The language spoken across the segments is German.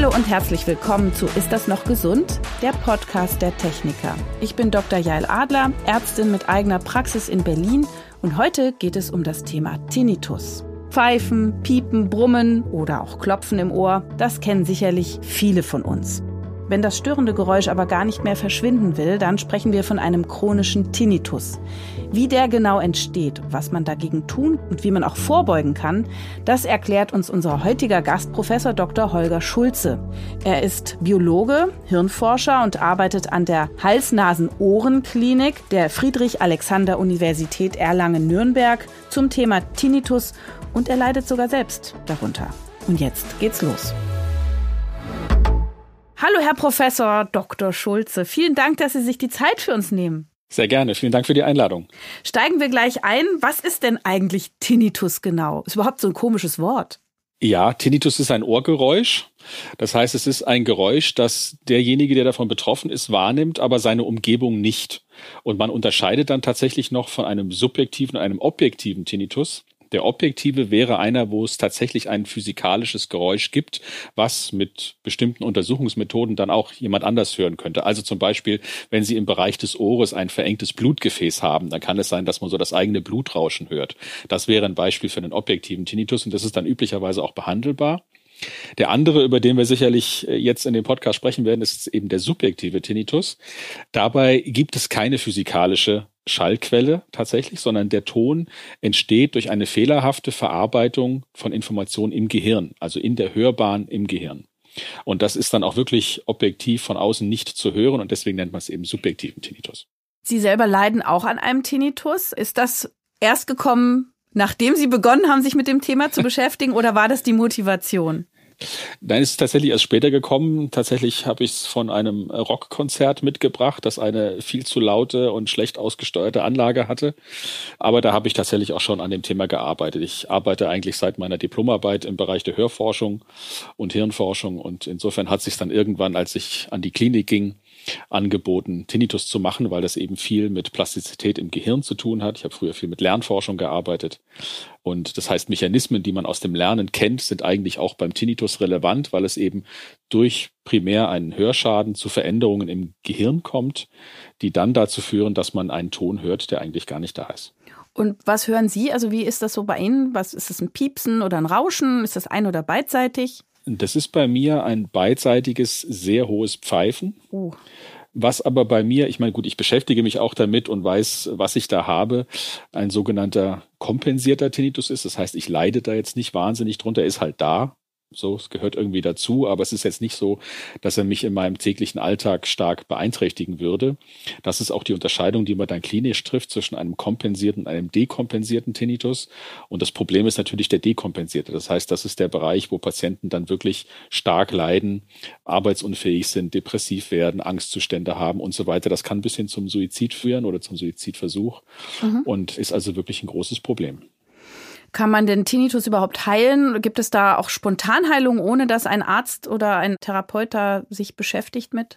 Hallo und herzlich willkommen zu Ist das noch gesund? Der Podcast der Techniker. Ich bin Dr. Jael Adler, Ärztin mit eigener Praxis in Berlin und heute geht es um das Thema Tinnitus. Pfeifen, Piepen, Brummen oder auch Klopfen im Ohr, das kennen sicherlich viele von uns. Wenn das störende Geräusch aber gar nicht mehr verschwinden will, dann sprechen wir von einem chronischen Tinnitus. Wie der genau entsteht, was man dagegen tun und wie man auch vorbeugen kann, das erklärt uns unser heutiger Gast, Professor Dr. Holger Schulze. Er ist Biologe, Hirnforscher und arbeitet an der Hals-Nasen-Ohren-Klinik der Friedrich-Alexander-Universität Erlangen-Nürnberg zum Thema Tinnitus und er leidet sogar selbst darunter. Und jetzt geht's los. Hallo, Herr Professor Dr. Schulze. Vielen Dank, dass Sie sich die Zeit für uns nehmen. Sehr gerne. Vielen Dank für die Einladung. Steigen wir gleich ein. Was ist denn eigentlich Tinnitus genau? Ist überhaupt so ein komisches Wort? Ja, Tinnitus ist ein Ohrgeräusch. Das heißt, es ist ein Geräusch, das derjenige, der davon betroffen ist, wahrnimmt, aber seine Umgebung nicht. Und man unterscheidet dann tatsächlich noch von einem subjektiven und einem objektiven Tinnitus. Der objektive wäre einer, wo es tatsächlich ein physikalisches Geräusch gibt, was mit bestimmten Untersuchungsmethoden dann auch jemand anders hören könnte. Also zum Beispiel, wenn Sie im Bereich des Ohres ein verengtes Blutgefäß haben, dann kann es sein, dass man so das eigene Blutrauschen hört. Das wäre ein Beispiel für einen objektiven Tinnitus und das ist dann üblicherweise auch behandelbar. Der andere, über den wir sicherlich jetzt in dem Podcast sprechen werden, ist eben der subjektive Tinnitus. Dabei gibt es keine physikalische Schallquelle tatsächlich, sondern der Ton entsteht durch eine fehlerhafte Verarbeitung von Informationen im Gehirn, also in der Hörbahn im Gehirn. Und das ist dann auch wirklich objektiv von außen nicht zu hören und deswegen nennt man es eben subjektiven Tinnitus. Sie selber leiden auch an einem Tinnitus. Ist das erst gekommen, nachdem Sie begonnen haben, sich mit dem Thema zu beschäftigen, oder war das die Motivation? Nein, es ist tatsächlich erst später gekommen. Tatsächlich habe ich es von einem Rockkonzert mitgebracht, das eine viel zu laute und schlecht ausgesteuerte Anlage hatte. Aber da habe ich tatsächlich auch schon an dem Thema gearbeitet. Ich arbeite eigentlich seit meiner Diplomarbeit im Bereich der Hörforschung und Hirnforschung. Und insofern hat es sich dann irgendwann, als ich an die Klinik ging, angeboten, Tinnitus zu machen, weil das eben viel mit Plastizität im Gehirn zu tun hat. Ich habe früher viel mit Lernforschung gearbeitet. Und das heißt, Mechanismen, die man aus dem Lernen kennt, sind eigentlich auch beim Tinnitus relevant, weil es eben durch primär einen Hörschaden zu Veränderungen im Gehirn kommt, die dann dazu führen, dass man einen Ton hört, der eigentlich gar nicht da ist. Und was hören Sie? Also wie ist das so bei Ihnen? Was ist das, ein Piepsen oder ein Rauschen? Ist das ein- oder beidseitig? Das ist bei mir ein beidseitiges, sehr hohes Pfeifen. Was aber bei mir, ich meine, gut, ich beschäftige mich auch damit und weiß, was ich da habe, ein sogenannter kompensierter Tinnitus ist. Das heißt, ich leide da jetzt nicht wahnsinnig drunter, er ist halt da. So, es gehört irgendwie dazu, aber es ist jetzt nicht so, dass er mich in meinem täglichen Alltag stark beeinträchtigen würde. Das ist auch die Unterscheidung, die man dann klinisch trifft zwischen einem kompensierten und einem dekompensierten Tinnitus. Und das Problem ist natürlich der dekompensierte. Das heißt, das ist der Bereich, wo Patienten dann wirklich stark leiden, arbeitsunfähig sind, depressiv werden, Angstzustände haben und so weiter. Das kann bis hin zum Suizid führen oder zum Suizidversuch und ist also wirklich ein großes Problem. Kann man den Tinnitus überhaupt heilen? Gibt es da auch Spontanheilung, ohne dass ein Arzt oder ein Therapeut da sich beschäftigt mit?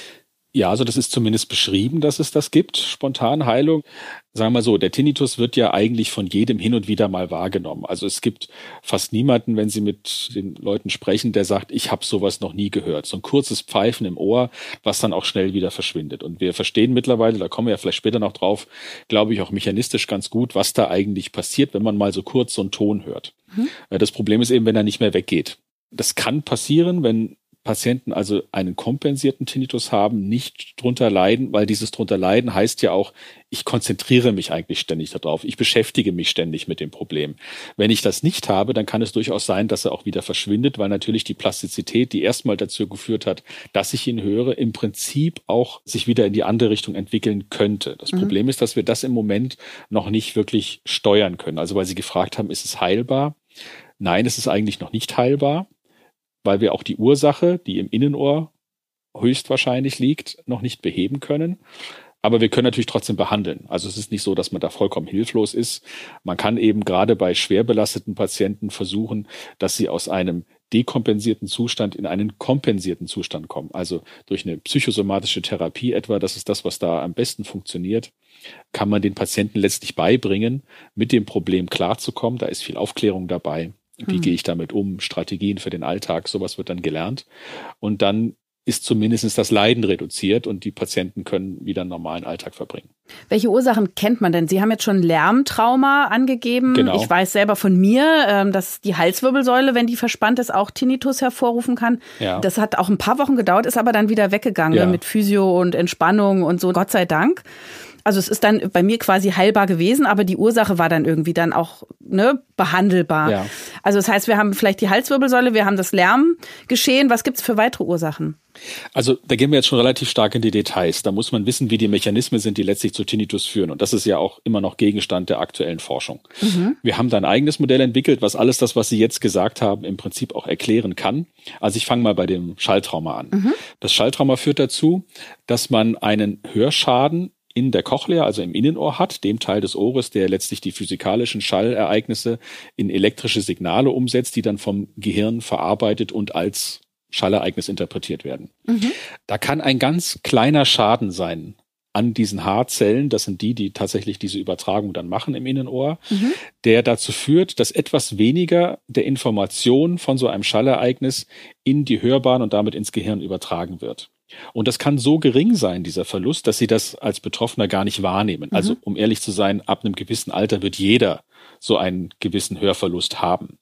Ja, also das ist zumindest beschrieben, dass es das gibt, Spontanheilung. Sagen wir mal so, der Tinnitus wird ja eigentlich von jedem hin und wieder mal wahrgenommen. Also es gibt fast niemanden, wenn Sie mit den Leuten sprechen, der sagt, ich habe sowas noch nie gehört. So ein kurzes Pfeifen im Ohr, was dann auch schnell wieder verschwindet. Und wir verstehen mittlerweile, da kommen wir ja vielleicht später noch drauf, glaube ich auch mechanistisch ganz gut, was da eigentlich passiert, wenn man mal so kurz so einen Ton hört. Das Problem ist eben, wenn er nicht mehr weggeht. Das kann passieren, wenn Patienten also einen kompensierten Tinnitus haben, nicht drunter leiden, weil dieses drunter leiden heißt ja auch, ich konzentriere mich eigentlich ständig darauf, ich beschäftige mich ständig mit dem Problem. Wenn ich das nicht habe, dann kann es durchaus sein, dass er auch wieder verschwindet, weil natürlich die Plastizität, die erstmal dazu geführt hat, dass ich ihn höre, im Prinzip auch sich wieder in die andere Richtung entwickeln könnte. Das Problem ist, dass wir das im Moment noch nicht wirklich steuern können. Also weil Sie gefragt haben, ist es heilbar? Nein, es ist eigentlich noch nicht heilbar, weil wir auch die Ursache, die im Innenohr höchstwahrscheinlich liegt, noch nicht beheben können. Aber wir können natürlich trotzdem behandeln. Also es ist nicht so, dass man da vollkommen hilflos ist. Man kann eben gerade bei schwer belasteten Patienten versuchen, dass sie aus einem dekompensierten Zustand in einen kompensierten Zustand kommen. Also durch eine psychosomatische Therapie etwa, das ist das, was da am besten funktioniert, kann man den Patienten letztlich beibringen, mit dem Problem klarzukommen. Da ist viel Aufklärung dabei. Wie gehe ich damit um? Strategien für den Alltag, sowas wird dann gelernt. Und dann ist zumindest das Leiden reduziert und die Patienten können wieder einen normalen Alltag verbringen. Welche Ursachen kennt man denn? Sie haben jetzt schon Lärmtrauma angegeben. Genau. Ich weiß selber von mir, dass die Halswirbelsäule, wenn die verspannt ist, auch Tinnitus hervorrufen kann. Ja. Das hat auch ein paar Wochen gedauert, ist aber dann wieder weggegangen mit Physio und Entspannung und so, Gott sei Dank. Also es ist dann bei mir quasi heilbar gewesen, aber die Ursache war dann irgendwie dann auch behandelbar. Ja. Also das heißt, wir haben vielleicht die Halswirbelsäule, wir haben das Lärmgeschehen. Was gibt's für weitere Ursachen? Also da gehen wir jetzt schon relativ stark in die Details. Da muss man wissen, wie die Mechanismen sind, die letztlich zu Tinnitus führen. Und das ist ja auch immer noch Gegenstand der aktuellen Forschung. Wir haben da ein eigenes Modell entwickelt, was alles das, was Sie jetzt gesagt haben, im Prinzip auch erklären kann. Also ich fange mal bei dem Schalltrauma an. Das Schalltrauma führt dazu, dass man einen Hörschaden in der Cochlea, also im Innenohr hat, dem Teil des Ohres, der letztlich die physikalischen Schallereignisse in elektrische Signale umsetzt, die dann vom Gehirn verarbeitet und als Schallereignis interpretiert werden. Da kann ein ganz kleiner Schaden sein an diesen Haarzellen, das sind die tatsächlich diese Übertragung dann machen im Innenohr, der dazu führt, dass etwas weniger der Information von so einem Schallereignis in die Hörbahn und damit ins Gehirn übertragen wird. Und das kann so gering sein, dieser Verlust, dass Sie das als Betroffener gar nicht wahrnehmen. Also um ehrlich zu sein, ab einem gewissen Alter wird jeder so einen gewissen Hörverlust haben.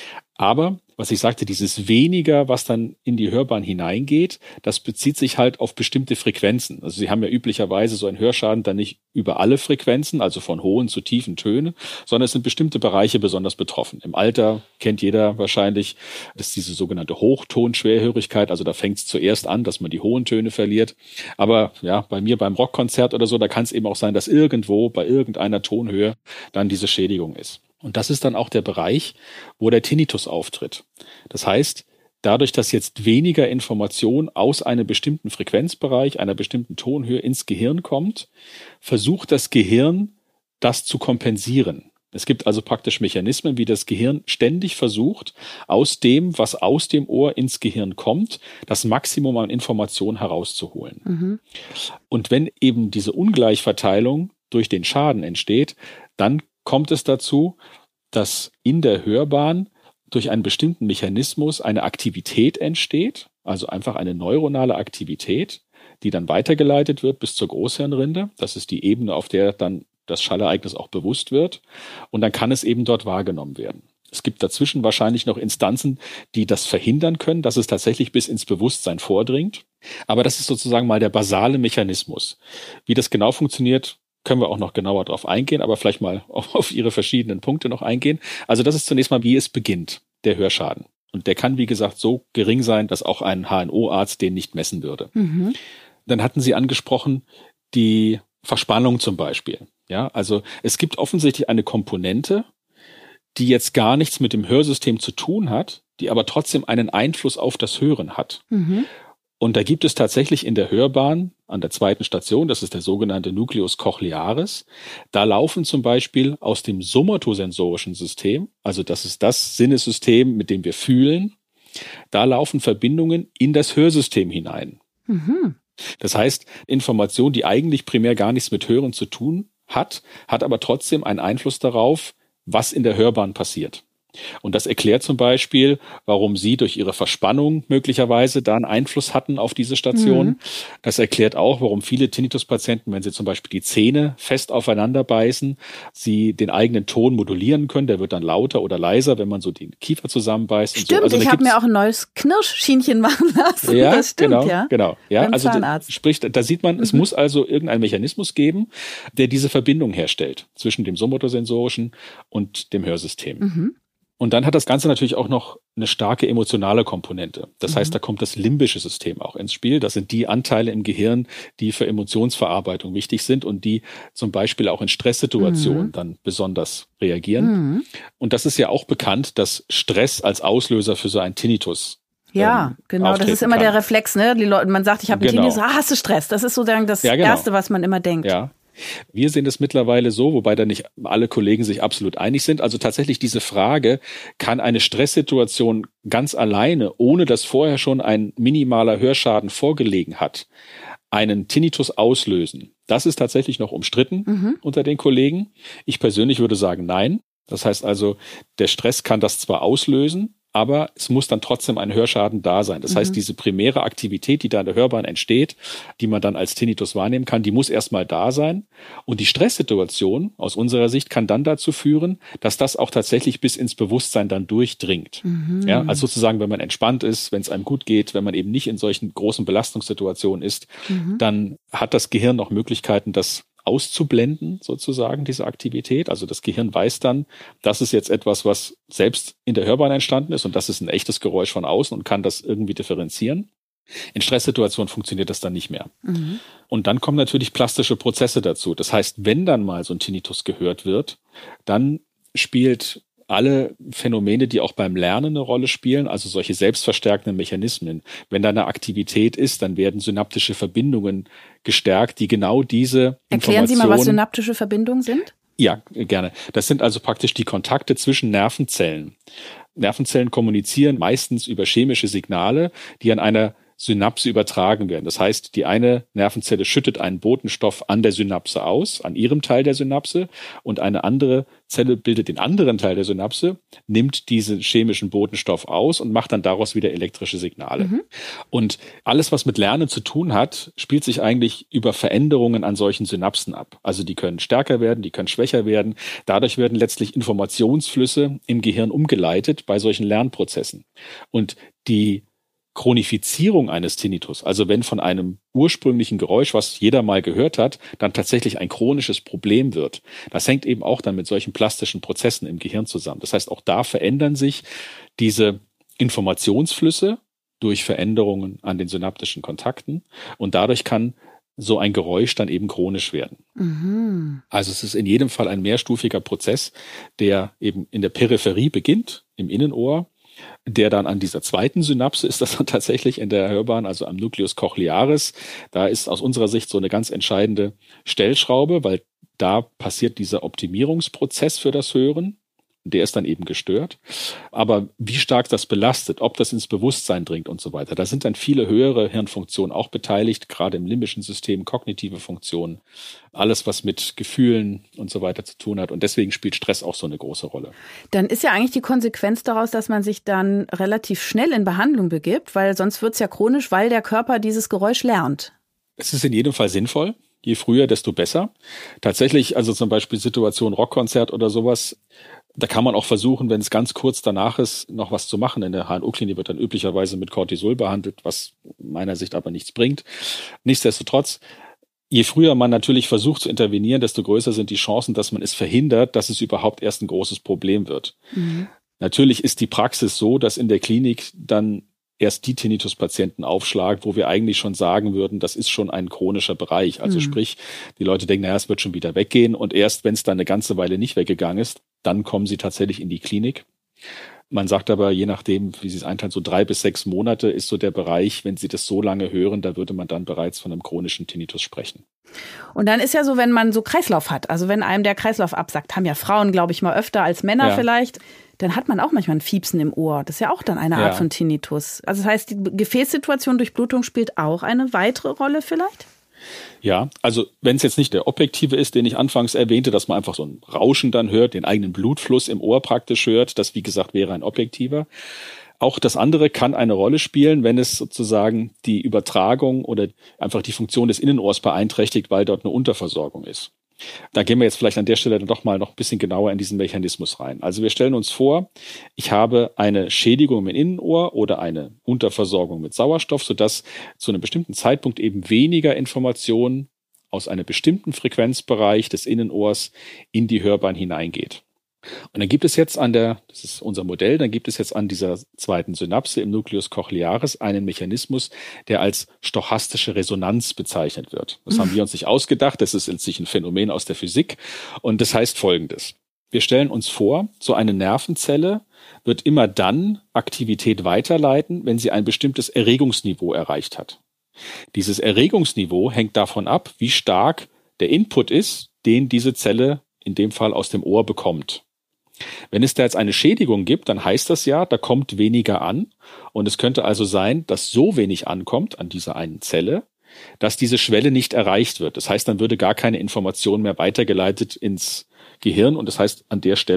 Aber, was ich sagte, dieses weniger, was dann in die Hörbahn hineingeht, das bezieht sich halt auf bestimmte Frequenzen. Also Sie haben ja üblicherweise so einen Hörschaden dann nicht über alle Frequenzen, also von hohen zu tiefen Tönen, sondern es sind bestimmte Bereiche besonders betroffen. Im Alter kennt jeder wahrscheinlich, das ist diese sogenannte Hochtonschwerhörigkeit. Also da fängt es zuerst an, dass man die hohen Töne verliert. Aber ja, bei mir beim Rockkonzert oder so, da kann es eben auch sein, dass irgendwo bei irgendeiner Tonhöhe dann diese Schädigung ist. Und das ist dann auch der Bereich, wo der Tinnitus auftritt. Das heißt, dadurch, dass jetzt weniger Information aus einem bestimmten Frequenzbereich, einer bestimmten Tonhöhe ins Gehirn kommt, versucht das Gehirn, das zu kompensieren. Es gibt also praktisch Mechanismen, wie das Gehirn ständig versucht, aus dem, was aus dem Ohr ins Gehirn kommt, das Maximum an Information herauszuholen. Und wenn eben diese Ungleichverteilung durch den Schaden entsteht, dann kommt es dazu, dass in der Hörbahn durch einen bestimmten Mechanismus eine Aktivität entsteht, also einfach eine neuronale Aktivität, die dann weitergeleitet wird bis zur Großhirnrinde. Das ist die Ebene, auf der dann das Schallereignis auch bewusst wird. Und dann kann es eben dort wahrgenommen werden. Es gibt dazwischen wahrscheinlich noch Instanzen, die das verhindern können, dass es tatsächlich bis ins Bewusstsein vordringt. Aber das ist sozusagen mal der basale Mechanismus. Wie das genau funktioniert, können wir auch noch genauer drauf eingehen, aber vielleicht mal auf Ihre verschiedenen Punkte noch eingehen. Also das ist zunächst mal, wie es beginnt, der Hörschaden. Und der kann, wie gesagt, so gering sein, dass auch ein HNO-Arzt den nicht messen würde. Dann hatten Sie angesprochen, die Verspannung zum Beispiel. Ja, also es gibt offensichtlich eine Komponente, die jetzt gar nichts mit dem Hörsystem zu tun hat, die aber trotzdem einen Einfluss auf das Hören hat. Und da gibt es tatsächlich in der Hörbahn an der zweiten Station, das ist der sogenannte Nucleus cochlearis, da laufen zum Beispiel aus dem somatosensorischen System, also das ist das Sinnessystem, mit dem wir fühlen, da laufen Verbindungen in das Hörsystem hinein. Das heißt, Information, die eigentlich primär gar nichts mit Hören zu tun hat, hat aber trotzdem einen Einfluss darauf, was in der Hörbahn passiert. Und das erklärt zum Beispiel, warum Sie durch Ihre Verspannung möglicherweise da einen Einfluss hatten auf diese Station. Das erklärt auch, warum viele Tinnitus-Patienten, wenn sie zum Beispiel die Zähne fest aufeinander beißen, sie den eigenen Ton modulieren können. Der wird dann lauter oder leiser, wenn man so den Kiefer zusammenbeißt. Stimmt, und so. Also ich habe mir auch ein neues Knirschschienchen machen lassen. Ja, das stimmt, genau. Ja, beim also Zahnarzt. Sprich, da sieht man, es muss also irgendeinen Mechanismus geben, der diese Verbindung herstellt zwischen dem somatosensorischen und dem Hörsystem. Und dann hat das Ganze natürlich auch noch eine starke emotionale Komponente. Das heißt, da kommt das limbische System auch ins Spiel. Das sind die Anteile im Gehirn, die für Emotionsverarbeitung wichtig sind und die zum Beispiel auch in Stresssituationen dann besonders reagieren. Und das ist ja auch bekannt, dass Stress als Auslöser für so einen Tinnitus genau. Das ist immer der Reflex, ne? Die Leute, man sagt, ich habe einen Tinnitus, hast du Stress? Das ist sozusagen das Erste, was man immer denkt. Ja. Wir sehen es mittlerweile so, wobei da nicht alle Kollegen sich absolut einig sind. Also tatsächlich diese Frage, kann eine Stresssituation ganz alleine, ohne dass vorher schon ein minimaler Hörschaden vorgelegen hat, einen Tinnitus auslösen? Das ist tatsächlich noch umstritten unter den Kollegen. Ich persönlich würde sagen, nein. Das heißt also, der Stress kann das zwar auslösen, aber es muss dann trotzdem ein Hörschaden da sein. Das heißt, diese primäre Aktivität, die da in der Hörbahn entsteht, die man dann als Tinnitus wahrnehmen kann, die muss erstmal da sein. Und die Stresssituation aus unserer Sicht kann dann dazu führen, dass das auch tatsächlich bis ins Bewusstsein dann durchdringt. Ja, also sozusagen, wenn man entspannt ist, wenn es einem gut geht, wenn man eben nicht in solchen großen Belastungssituationen ist, dann hat das Gehirn noch Möglichkeiten, das auszublenden, sozusagen, diese Aktivität. Also das Gehirn weiß dann, das ist jetzt etwas, was selbst in der Hörbahn entstanden ist und das ist ein echtes Geräusch von außen und kann das irgendwie differenzieren. In Stresssituationen funktioniert das dann nicht mehr. Und dann kommen natürlich plastische Prozesse dazu. Das heißt, wenn dann mal so ein Tinnitus gehört wird, dann spielt alle Phänomene, die auch beim Lernen eine Rolle spielen, also solche selbstverstärkenden Mechanismen. Wenn da eine Aktivität ist, dann werden synaptische Verbindungen gestärkt, die genau diese Erklären Sie mal, was synaptische Verbindungen sind? Ja, gerne. Das sind also praktisch die Kontakte zwischen Nervenzellen. Nervenzellen kommunizieren meistens über chemische Signale, die an einer Synapse übertragen werden. Das heißt, die eine Nervenzelle schüttet einen Botenstoff an der Synapse aus, an ihrem Teil der Synapse, und eine andere Zelle bildet den anderen Teil der Synapse, nimmt diesen chemischen Botenstoff aus und macht dann daraus wieder elektrische Signale. Und alles, was mit Lernen zu tun hat, spielt sich eigentlich über Veränderungen an solchen Synapsen ab. Also die können stärker werden, die können schwächer werden. Dadurch werden letztlich Informationsflüsse im Gehirn umgeleitet bei solchen Lernprozessen. Und die Chronifizierung eines Tinnitus, also wenn von einem ursprünglichen Geräusch, was jeder mal gehört hat, dann tatsächlich ein chronisches Problem wird. Das hängt eben auch dann mit solchen plastischen Prozessen im Gehirn zusammen. Das heißt, auch da verändern sich diese Informationsflüsse durch Veränderungen an den synaptischen Kontakten und dadurch kann so ein Geräusch dann eben chronisch werden. Also es ist in jedem Fall ein mehrstufiger Prozess, der eben in der Peripherie beginnt, im Innenohr, der dann an dieser zweiten Synapse ist das dann tatsächlich in der Hörbahn, also am Nucleus cochlearis. Da ist aus unserer Sicht so eine ganz entscheidende Stellschraube, weil da passiert dieser Optimierungsprozess für das Hören. Der ist dann eben gestört. Aber wie stark das belastet, ob das ins Bewusstsein dringt und so weiter, da sind dann viele höhere Hirnfunktionen auch beteiligt, gerade im limbischen System, kognitive Funktionen, alles, was mit Gefühlen und so weiter zu tun hat. Und deswegen spielt Stress auch so eine große Rolle. Dann ist ja eigentlich die Konsequenz daraus, dass man sich dann relativ schnell in Behandlung begibt, weil sonst wird es ja chronisch, weil der Körper dieses Geräusch lernt. Es ist in jedem Fall sinnvoll. Je früher, desto besser. Tatsächlich, also zum Beispiel Situation Rockkonzert oder sowas, da kann man auch versuchen, wenn es ganz kurz danach ist, noch was zu machen. In der HNO-Klinik wird dann üblicherweise mit Cortisol behandelt, was meiner Sicht aber nichts bringt. Nichtsdestotrotz, je früher man natürlich versucht zu intervenieren, desto größer sind die Chancen, dass man es verhindert, dass es überhaupt erst ein großes Problem wird. Natürlich ist die Praxis so, dass in der Klinik dann erst die Tinnitus-Patienten aufschlagen, wo wir eigentlich schon sagen würden, das ist schon ein chronischer Bereich. Also sprich, die Leute denken, naja, es wird schon wieder weggehen. Und erst wenn es dann eine ganze Weile nicht weggegangen ist, dann kommen sie tatsächlich in die Klinik. Man sagt aber, je nachdem, wie sie es einteilen, so 3 bis 6 Monate ist so der Bereich, wenn sie das so lange hören, da würde man dann bereits von einem chronischen Tinnitus sprechen. Und dann ist ja so, wenn man so Kreislauf hat, also wenn einem der Kreislauf absackt, haben ja Frauen, glaube ich, mal öfter als Männer vielleicht, dann hat man auch manchmal ein Fiepsen im Ohr. Das ist ja auch dann eine Art von Tinnitus. Also das heißt, die Gefäßsituation, Durchblutung spielt auch eine weitere Rolle vielleicht? Ja, also wenn es jetzt nicht der objektive ist, den ich anfangs erwähnte, dass man einfach so ein Rauschen dann hört, den eigenen Blutfluss im Ohr praktisch hört, das wie gesagt wäre ein objektiver. Auch das andere kann eine Rolle spielen, wenn es sozusagen die Übertragung oder einfach die Funktion des Innenohrs beeinträchtigt, weil dort eine Unterversorgung ist. Da gehen wir jetzt vielleicht an der Stelle dann doch mal noch ein bisschen genauer in diesen Mechanismus rein. Also wir stellen uns vor, ich habe eine Schädigung im Innenohr oder eine Unterversorgung mit Sauerstoff, sodass zu einem bestimmten Zeitpunkt eben weniger Information aus einem bestimmten Frequenzbereich des Innenohrs in die Hörbahn hineingeht. Und dann gibt es jetzt das ist unser Modell, dann gibt es jetzt an dieser zweiten Synapse im Nucleus cochlearis einen Mechanismus, der als stochastische Resonanz bezeichnet wird. Das haben wir uns nicht ausgedacht, das ist letztlich ein Phänomen aus der Physik und das heißt Folgendes. Wir stellen uns vor, so eine Nervenzelle wird immer dann Aktivität weiterleiten, wenn sie ein bestimmtes Erregungsniveau erreicht hat. Dieses Erregungsniveau hängt davon ab, wie stark der Input ist, den diese Zelle in dem Fall aus dem Ohr bekommt. Wenn es da jetzt eine Schädigung gibt, dann heißt das ja, da kommt weniger an. Und es könnte also sein, dass so wenig ankommt an dieser einen Zelle, dass diese Schwelle nicht erreicht wird. Das heißt, dann würde gar keine Information mehr weitergeleitet ins Gehirn. Und das heißt, an der Stelle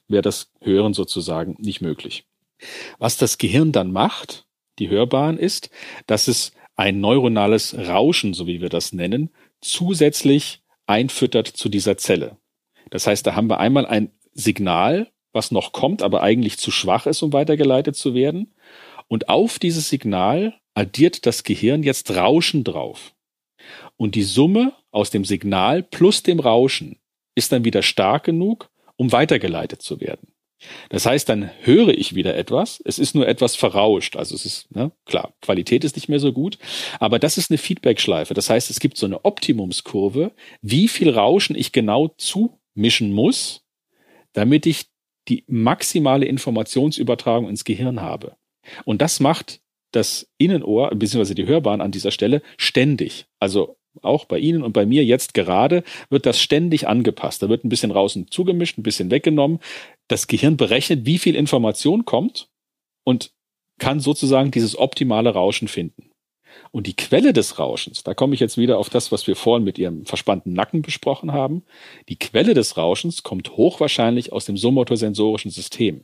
wäre das Hören sozusagen nicht möglich. Was das Gehirn dann macht, die Hörbahn, ist, dass es ein neuronales Rauschen, so wie wir das nennen, zusätzlich einfüttert zu dieser Zelle. Das heißt, da haben wir einmal ein Signal, was noch kommt, aber eigentlich zu schwach ist, um weitergeleitet zu werden. Und auf dieses Signal addiert das Gehirn jetzt Rauschen drauf. Und die Summe aus dem Signal plus dem Rauschen ist dann wieder stark genug, um weitergeleitet zu werden. Das heißt, dann höre ich wieder etwas. Es ist nur etwas verrauscht. Also es ist, klar, Qualität ist nicht mehr so gut. Aber das ist eine Feedback-Schleife. Das heißt, es gibt so eine Optimumskurve, wie viel Rauschen ich genau zumischen muss, damit ich die maximale Informationsübertragung ins Gehirn habe. Und das macht das Innenohr, beziehungsweise die Hörbahn an dieser Stelle, ständig. Also auch bei Ihnen und bei mir jetzt gerade wird das ständig angepasst. Da wird ein bisschen raus und zugemischt, ein bisschen weggenommen. Das Gehirn berechnet, wie viel Information kommt und kann sozusagen dieses optimale Rauschen finden. Und die Quelle des Rauschens, da komme ich jetzt wieder auf das, was wir vorhin mit Ihrem verspannten Nacken besprochen haben. Die Quelle des Rauschens kommt hochwahrscheinlich aus dem somotosensorischen System.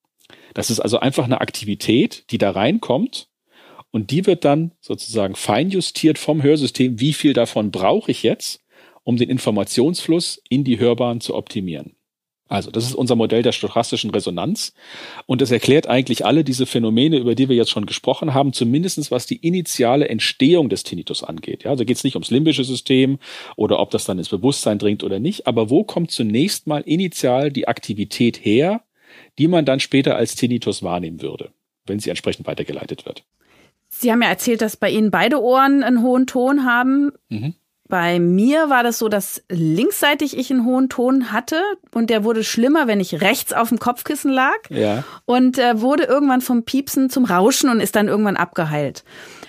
Das ist also einfach eine Aktivität, die da reinkommt und die wird dann sozusagen feinjustiert vom Hörsystem, wie viel davon brauche ich jetzt, um den Informationsfluss in die Hörbahn zu optimieren. Also das ist unser Modell der stochastischen Resonanz und es erklärt eigentlich alle diese Phänomene, über die wir jetzt schon gesprochen haben, zumindest was die initiale Entstehung des Tinnitus angeht. Ja, also geht es nicht ums limbische System oder ob das dann ins Bewusstsein dringt oder nicht, aber wo kommt zunächst mal initial die Aktivität her, die man dann später als Tinnitus wahrnehmen würde, wenn sie entsprechend weitergeleitet wird. Sie haben ja erzählt, dass bei Ihnen beide Ohren einen hohen Ton haben. Mhm. Bei mir war das so, dass linksseitig ich einen hohen Ton hatte und der wurde schlimmer, wenn ich rechts auf dem Kopfkissen lag. Ja. Und wurde irgendwann vom Piepsen zum Rauschen und ist dann irgendwann abgeheilt.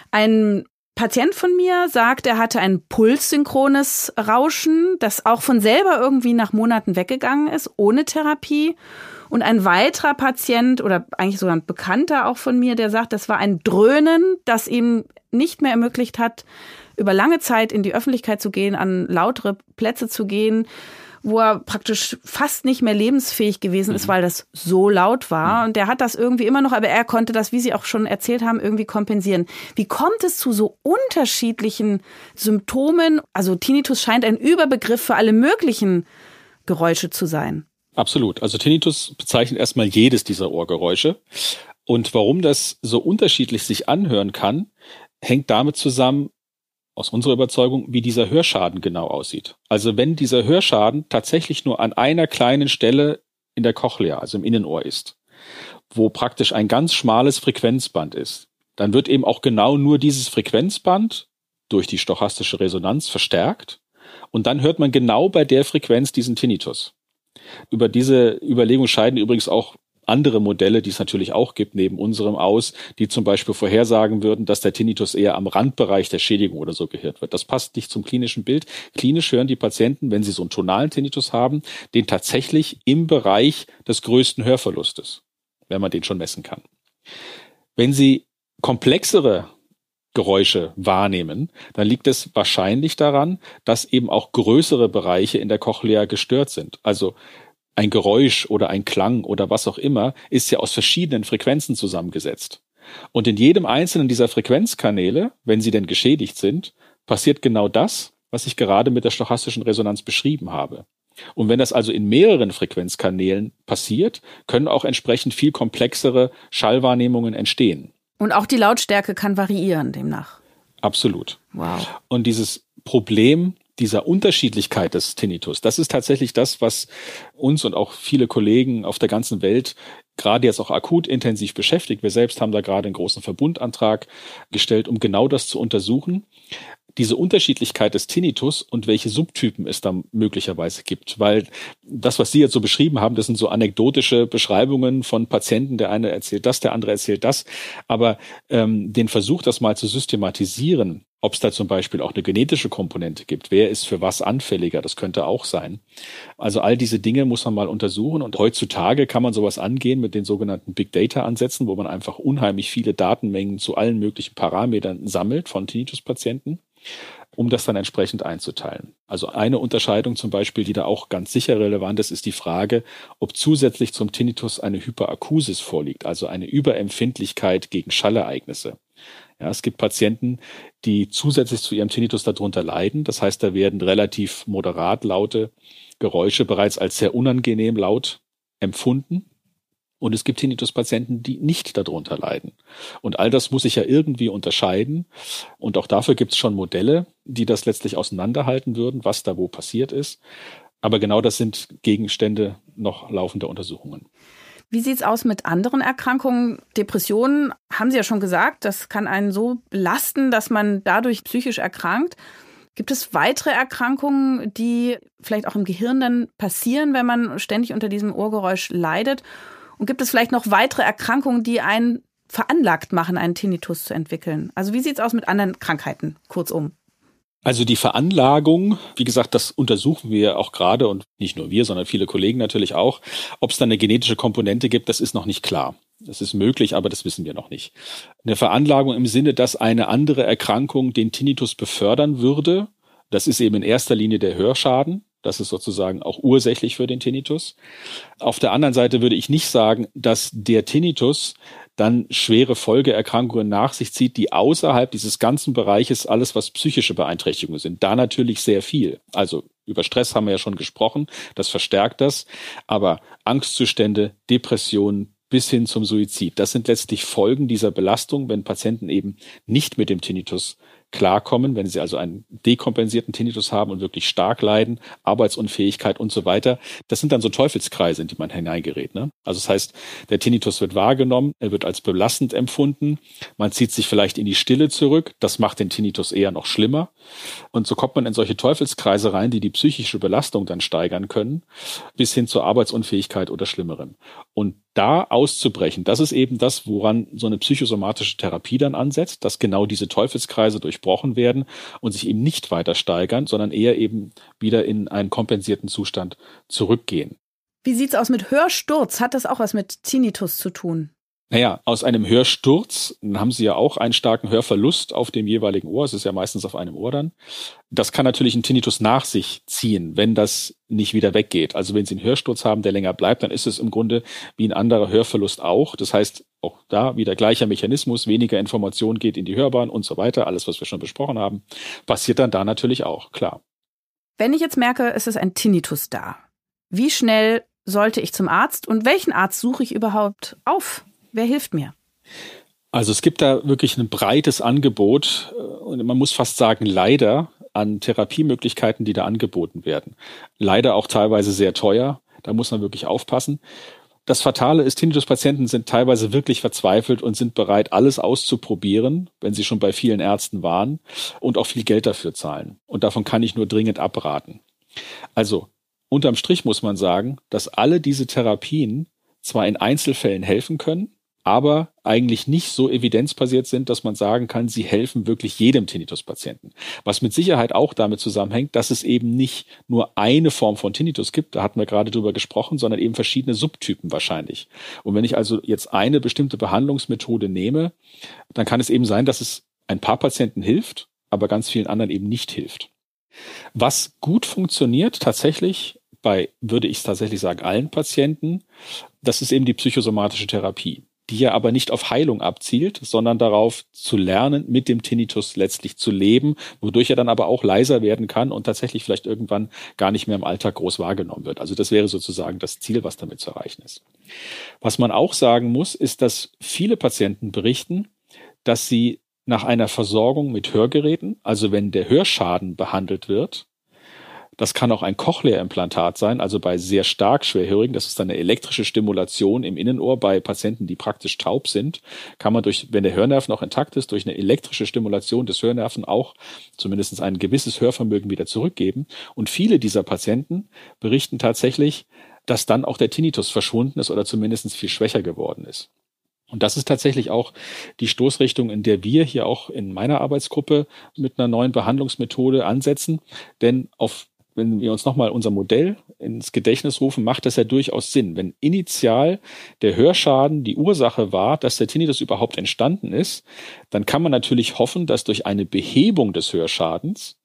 Ein Patient von mir sagt, er hatte ein pulssynchrones Rauschen, das auch von selber irgendwie nach Monaten weggegangen ist, ohne Therapie. Und ein weiterer Patient oder eigentlich sogar ein Bekannter auch von mir, der sagt, das war ein Dröhnen, das ihm nicht mehr ermöglicht hat, über lange Zeit in die Öffentlichkeit zu gehen, an lautere Plätze zu gehen, wo er praktisch fast nicht mehr lebensfähig gewesen ist, weil das so laut war. Und der hat das irgendwie immer noch, aber er konnte das, wie Sie auch schon erzählt haben, irgendwie kompensieren. Wie kommt es zu so unterschiedlichen Symptomen? Also Tinnitus scheint ein Überbegriff für alle möglichen Geräusche zu sein. Absolut. Also Tinnitus bezeichnet erstmal jedes dieser Ohrgeräusche. Und warum das so unterschiedlich sich anhören kann, hängt damit zusammen, aus unserer Überzeugung, wie dieser Hörschaden genau aussieht. Also wenn dieser Hörschaden tatsächlich nur an einer kleinen Stelle in der Cochlea, also im Innenohr ist, wo praktisch ein ganz schmales Frequenzband ist, dann wird eben auch genau nur dieses Frequenzband durch die stochastische Resonanz verstärkt und dann hört man genau bei der Frequenz diesen Tinnitus. Über diese Überlegung scheiden übrigens auch andere Modelle, die es natürlich auch gibt, neben unserem aus, die zum Beispiel vorhersagen würden, dass der Tinnitus eher am Randbereich der Schädigung oder so gehört wird. Das passt nicht zum klinischen Bild. Klinisch hören die Patienten, wenn sie so einen tonalen Tinnitus haben, den tatsächlich im Bereich des größten Hörverlustes, wenn man den schon messen kann. Wenn sie komplexere Geräusche wahrnehmen, dann liegt es wahrscheinlich daran, dass eben auch größere Bereiche in der Cochlea gestört sind. Also ein Geräusch oder ein Klang oder was auch immer ist ja aus verschiedenen Frequenzen zusammengesetzt. Und in jedem einzelnen dieser Frequenzkanäle, wenn sie denn geschädigt sind, passiert genau das, was ich gerade mit der stochastischen Resonanz beschrieben habe. Und wenn das also in mehreren Frequenzkanälen passiert, können auch entsprechend viel komplexere Schallwahrnehmungen entstehen. Und auch die Lautstärke kann variieren demnach. Absolut. Wow. Und dieses Problem dieser Unterschiedlichkeit des Tinnitus, das ist tatsächlich das, was uns und auch viele Kollegen auf der ganzen Welt gerade jetzt auch akut intensiv beschäftigt. Wir selbst haben da gerade einen großen Verbundantrag gestellt, um genau das zu untersuchen. Diese Unterschiedlichkeit des Tinnitus und welche Subtypen es da möglicherweise gibt. Weil das, was Sie jetzt so beschrieben haben, das sind so anekdotische Beschreibungen von Patienten. Der eine erzählt das, der andere erzählt das. Aber den Versuch, das mal zu systematisieren, ob es da zum Beispiel auch eine genetische Komponente gibt, wer ist für was anfälliger, das könnte auch sein. Also all diese Dinge muss man mal untersuchen. Und heutzutage kann man sowas angehen mit den sogenannten Big Data Ansätzen, wo man einfach unheimlich viele Datenmengen zu allen möglichen Parametern sammelt von Tinnitus-Patienten. um das dann entsprechend einzuteilen. Also eine Unterscheidung zum Beispiel, die da auch ganz sicher relevant ist, ist die Frage, ob zusätzlich zum Tinnitus eine Hyperakusis vorliegt, also eine Überempfindlichkeit gegen Schallereignisse. Ja, es gibt Patienten, die zusätzlich zu ihrem Tinnitus darunter leiden. Das heißt, da werden relativ moderat laute Geräusche bereits als sehr unangenehm laut empfunden. Und es gibt Tinnitus-Patienten, die nicht darunter leiden. Und all das muss sich ja irgendwie unterscheiden. Und auch dafür gibt es schon Modelle, die das letztlich auseinanderhalten würden, was da wo passiert ist. Aber genau das sind Gegenstände noch laufender Untersuchungen. Wie sieht's aus mit anderen Erkrankungen? Depressionen, haben Sie ja schon gesagt, das kann einen so belasten, dass man dadurch psychisch erkrankt. Gibt es weitere Erkrankungen, die vielleicht auch im Gehirn dann passieren, wenn man ständig unter diesem Ohrgeräusch leidet? Und gibt es vielleicht noch weitere Erkrankungen, die einen veranlagt machen, einen Tinnitus zu entwickeln? Also wie sieht's aus mit anderen Krankheiten, kurzum? Also die Veranlagung, wie gesagt, das untersuchen wir auch gerade und nicht nur wir, sondern viele Kollegen natürlich auch. Ob es da eine genetische Komponente gibt, das ist noch nicht klar. Das ist möglich, aber das wissen wir noch nicht. Eine Veranlagung im Sinne, dass eine andere Erkrankung den Tinnitus befördern würde, das ist eben in erster Linie der Hörschaden. Das ist sozusagen auch ursächlich für den Tinnitus. Auf der anderen Seite würde ich nicht sagen, dass der Tinnitus dann schwere Folgeerkrankungen nach sich zieht, die außerhalb dieses ganzen Bereiches, alles was psychische Beeinträchtigungen sind, da natürlich sehr viel. Also über Stress haben wir ja schon gesprochen, das verstärkt das. Aber Angstzustände, Depressionen bis hin zum Suizid, das sind letztlich Folgen dieser Belastung, wenn Patienten eben nicht mit dem Tinnitus klarkommen, wenn sie also einen dekompensierten Tinnitus haben und wirklich stark leiden, Arbeitsunfähigkeit und so weiter. Das sind dann so Teufelskreise, in die man hineingerät, ne? Also das heißt, der Tinnitus wird wahrgenommen, er wird als belastend empfunden, man zieht sich vielleicht in die Stille zurück, das macht den Tinnitus eher noch schlimmer. Und so kommt man in solche Teufelskreise rein, die psychische Belastung dann steigern können, bis hin zur Arbeitsunfähigkeit oder Schlimmerem. Und da auszubrechen, das ist eben das, woran so eine psychosomatische Therapie dann ansetzt, dass genau diese Teufelskreise durchbrochen werden und sich eben nicht weiter steigern, sondern eher eben wieder in einen kompensierten Zustand zurückgehen. Wie sieht's aus mit Hörsturz? Hat das auch was mit Tinnitus zu tun? Naja, aus einem Hörsturz haben Sie ja auch einen starken Hörverlust auf dem jeweiligen Ohr. Es ist ja meistens auf einem Ohr dann. Das kann natürlich einen Tinnitus nach sich ziehen, wenn das nicht wieder weggeht. Also wenn Sie einen Hörsturz haben, der länger bleibt, dann ist es im Grunde wie ein anderer Hörverlust auch. Das heißt, auch da wieder gleicher Mechanismus, weniger Information geht in die Hörbahn und so weiter. Alles, was wir schon besprochen haben, passiert dann da natürlich auch, klar. Wenn ich jetzt merke, es ist ein Tinnitus da, wie schnell sollte ich zum Arzt und welchen Arzt suche ich überhaupt auf? Wer hilft mir? Also es gibt da wirklich ein breites Angebot und man muss fast sagen, leider an Therapiemöglichkeiten, die da angeboten werden. Leider auch teilweise sehr teuer, da muss man wirklich aufpassen. Das Fatale ist, Tinnitus-Patienten sind teilweise wirklich verzweifelt und sind bereit, alles auszuprobieren, wenn sie schon bei vielen Ärzten waren und auch viel Geld dafür zahlen. Und davon kann ich nur dringend abraten. Also unterm Strich muss man sagen, dass alle diese Therapien zwar in Einzelfällen helfen können, aber eigentlich nicht so evidenzbasiert sind, dass man sagen kann, sie helfen wirklich jedem Tinnitus-Patienten. Was mit Sicherheit auch damit zusammenhängt, dass es eben nicht nur eine Form von Tinnitus gibt, da hatten wir gerade drüber gesprochen, sondern eben verschiedene Subtypen wahrscheinlich. Und wenn ich also jetzt eine bestimmte Behandlungsmethode nehme, dann kann es eben sein, dass es ein paar Patienten hilft, aber ganz vielen anderen eben nicht hilft. Was gut funktioniert tatsächlich bei, würde ich tatsächlich sagen, allen Patienten, das ist eben die psychosomatische Therapie, die ja aber nicht auf Heilung abzielt, sondern darauf zu lernen, mit dem Tinnitus letztlich zu leben, wodurch er dann aber auch leiser werden kann und tatsächlich vielleicht irgendwann gar nicht mehr im Alltag groß wahrgenommen wird. Also das wäre sozusagen das Ziel, was damit zu erreichen ist. Was man auch sagen muss, ist, dass viele Patienten berichten, dass sie nach einer Versorgung mit Hörgeräten, also wenn der Hörschaden behandelt wird, das kann auch ein Cochlea-Implantat sein, also bei sehr stark Schwerhörigen. Das ist eine elektrische Stimulation im Innenohr bei Patienten, die praktisch taub sind. Kann man durch, wenn der Hörnerv noch intakt ist, durch eine elektrische Stimulation des Hörnerven auch zumindest ein gewisses Hörvermögen wieder zurückgeben. Und viele dieser Patienten berichten tatsächlich, dass dann auch der Tinnitus verschwunden ist oder zumindest viel schwächer geworden ist. Und das ist tatsächlich auch die Stoßrichtung, in der wir hier auch in meiner Arbeitsgruppe mit einer neuen Behandlungsmethode ansetzen. Denn wenn wir uns nochmal unser Modell ins Gedächtnis rufen, macht das ja durchaus Sinn. Wenn initial der Hörschaden die Ursache war, dass der Tinnitus überhaupt entstanden ist, dann kann man natürlich hoffen, dass durch eine Behebung des Hörschadens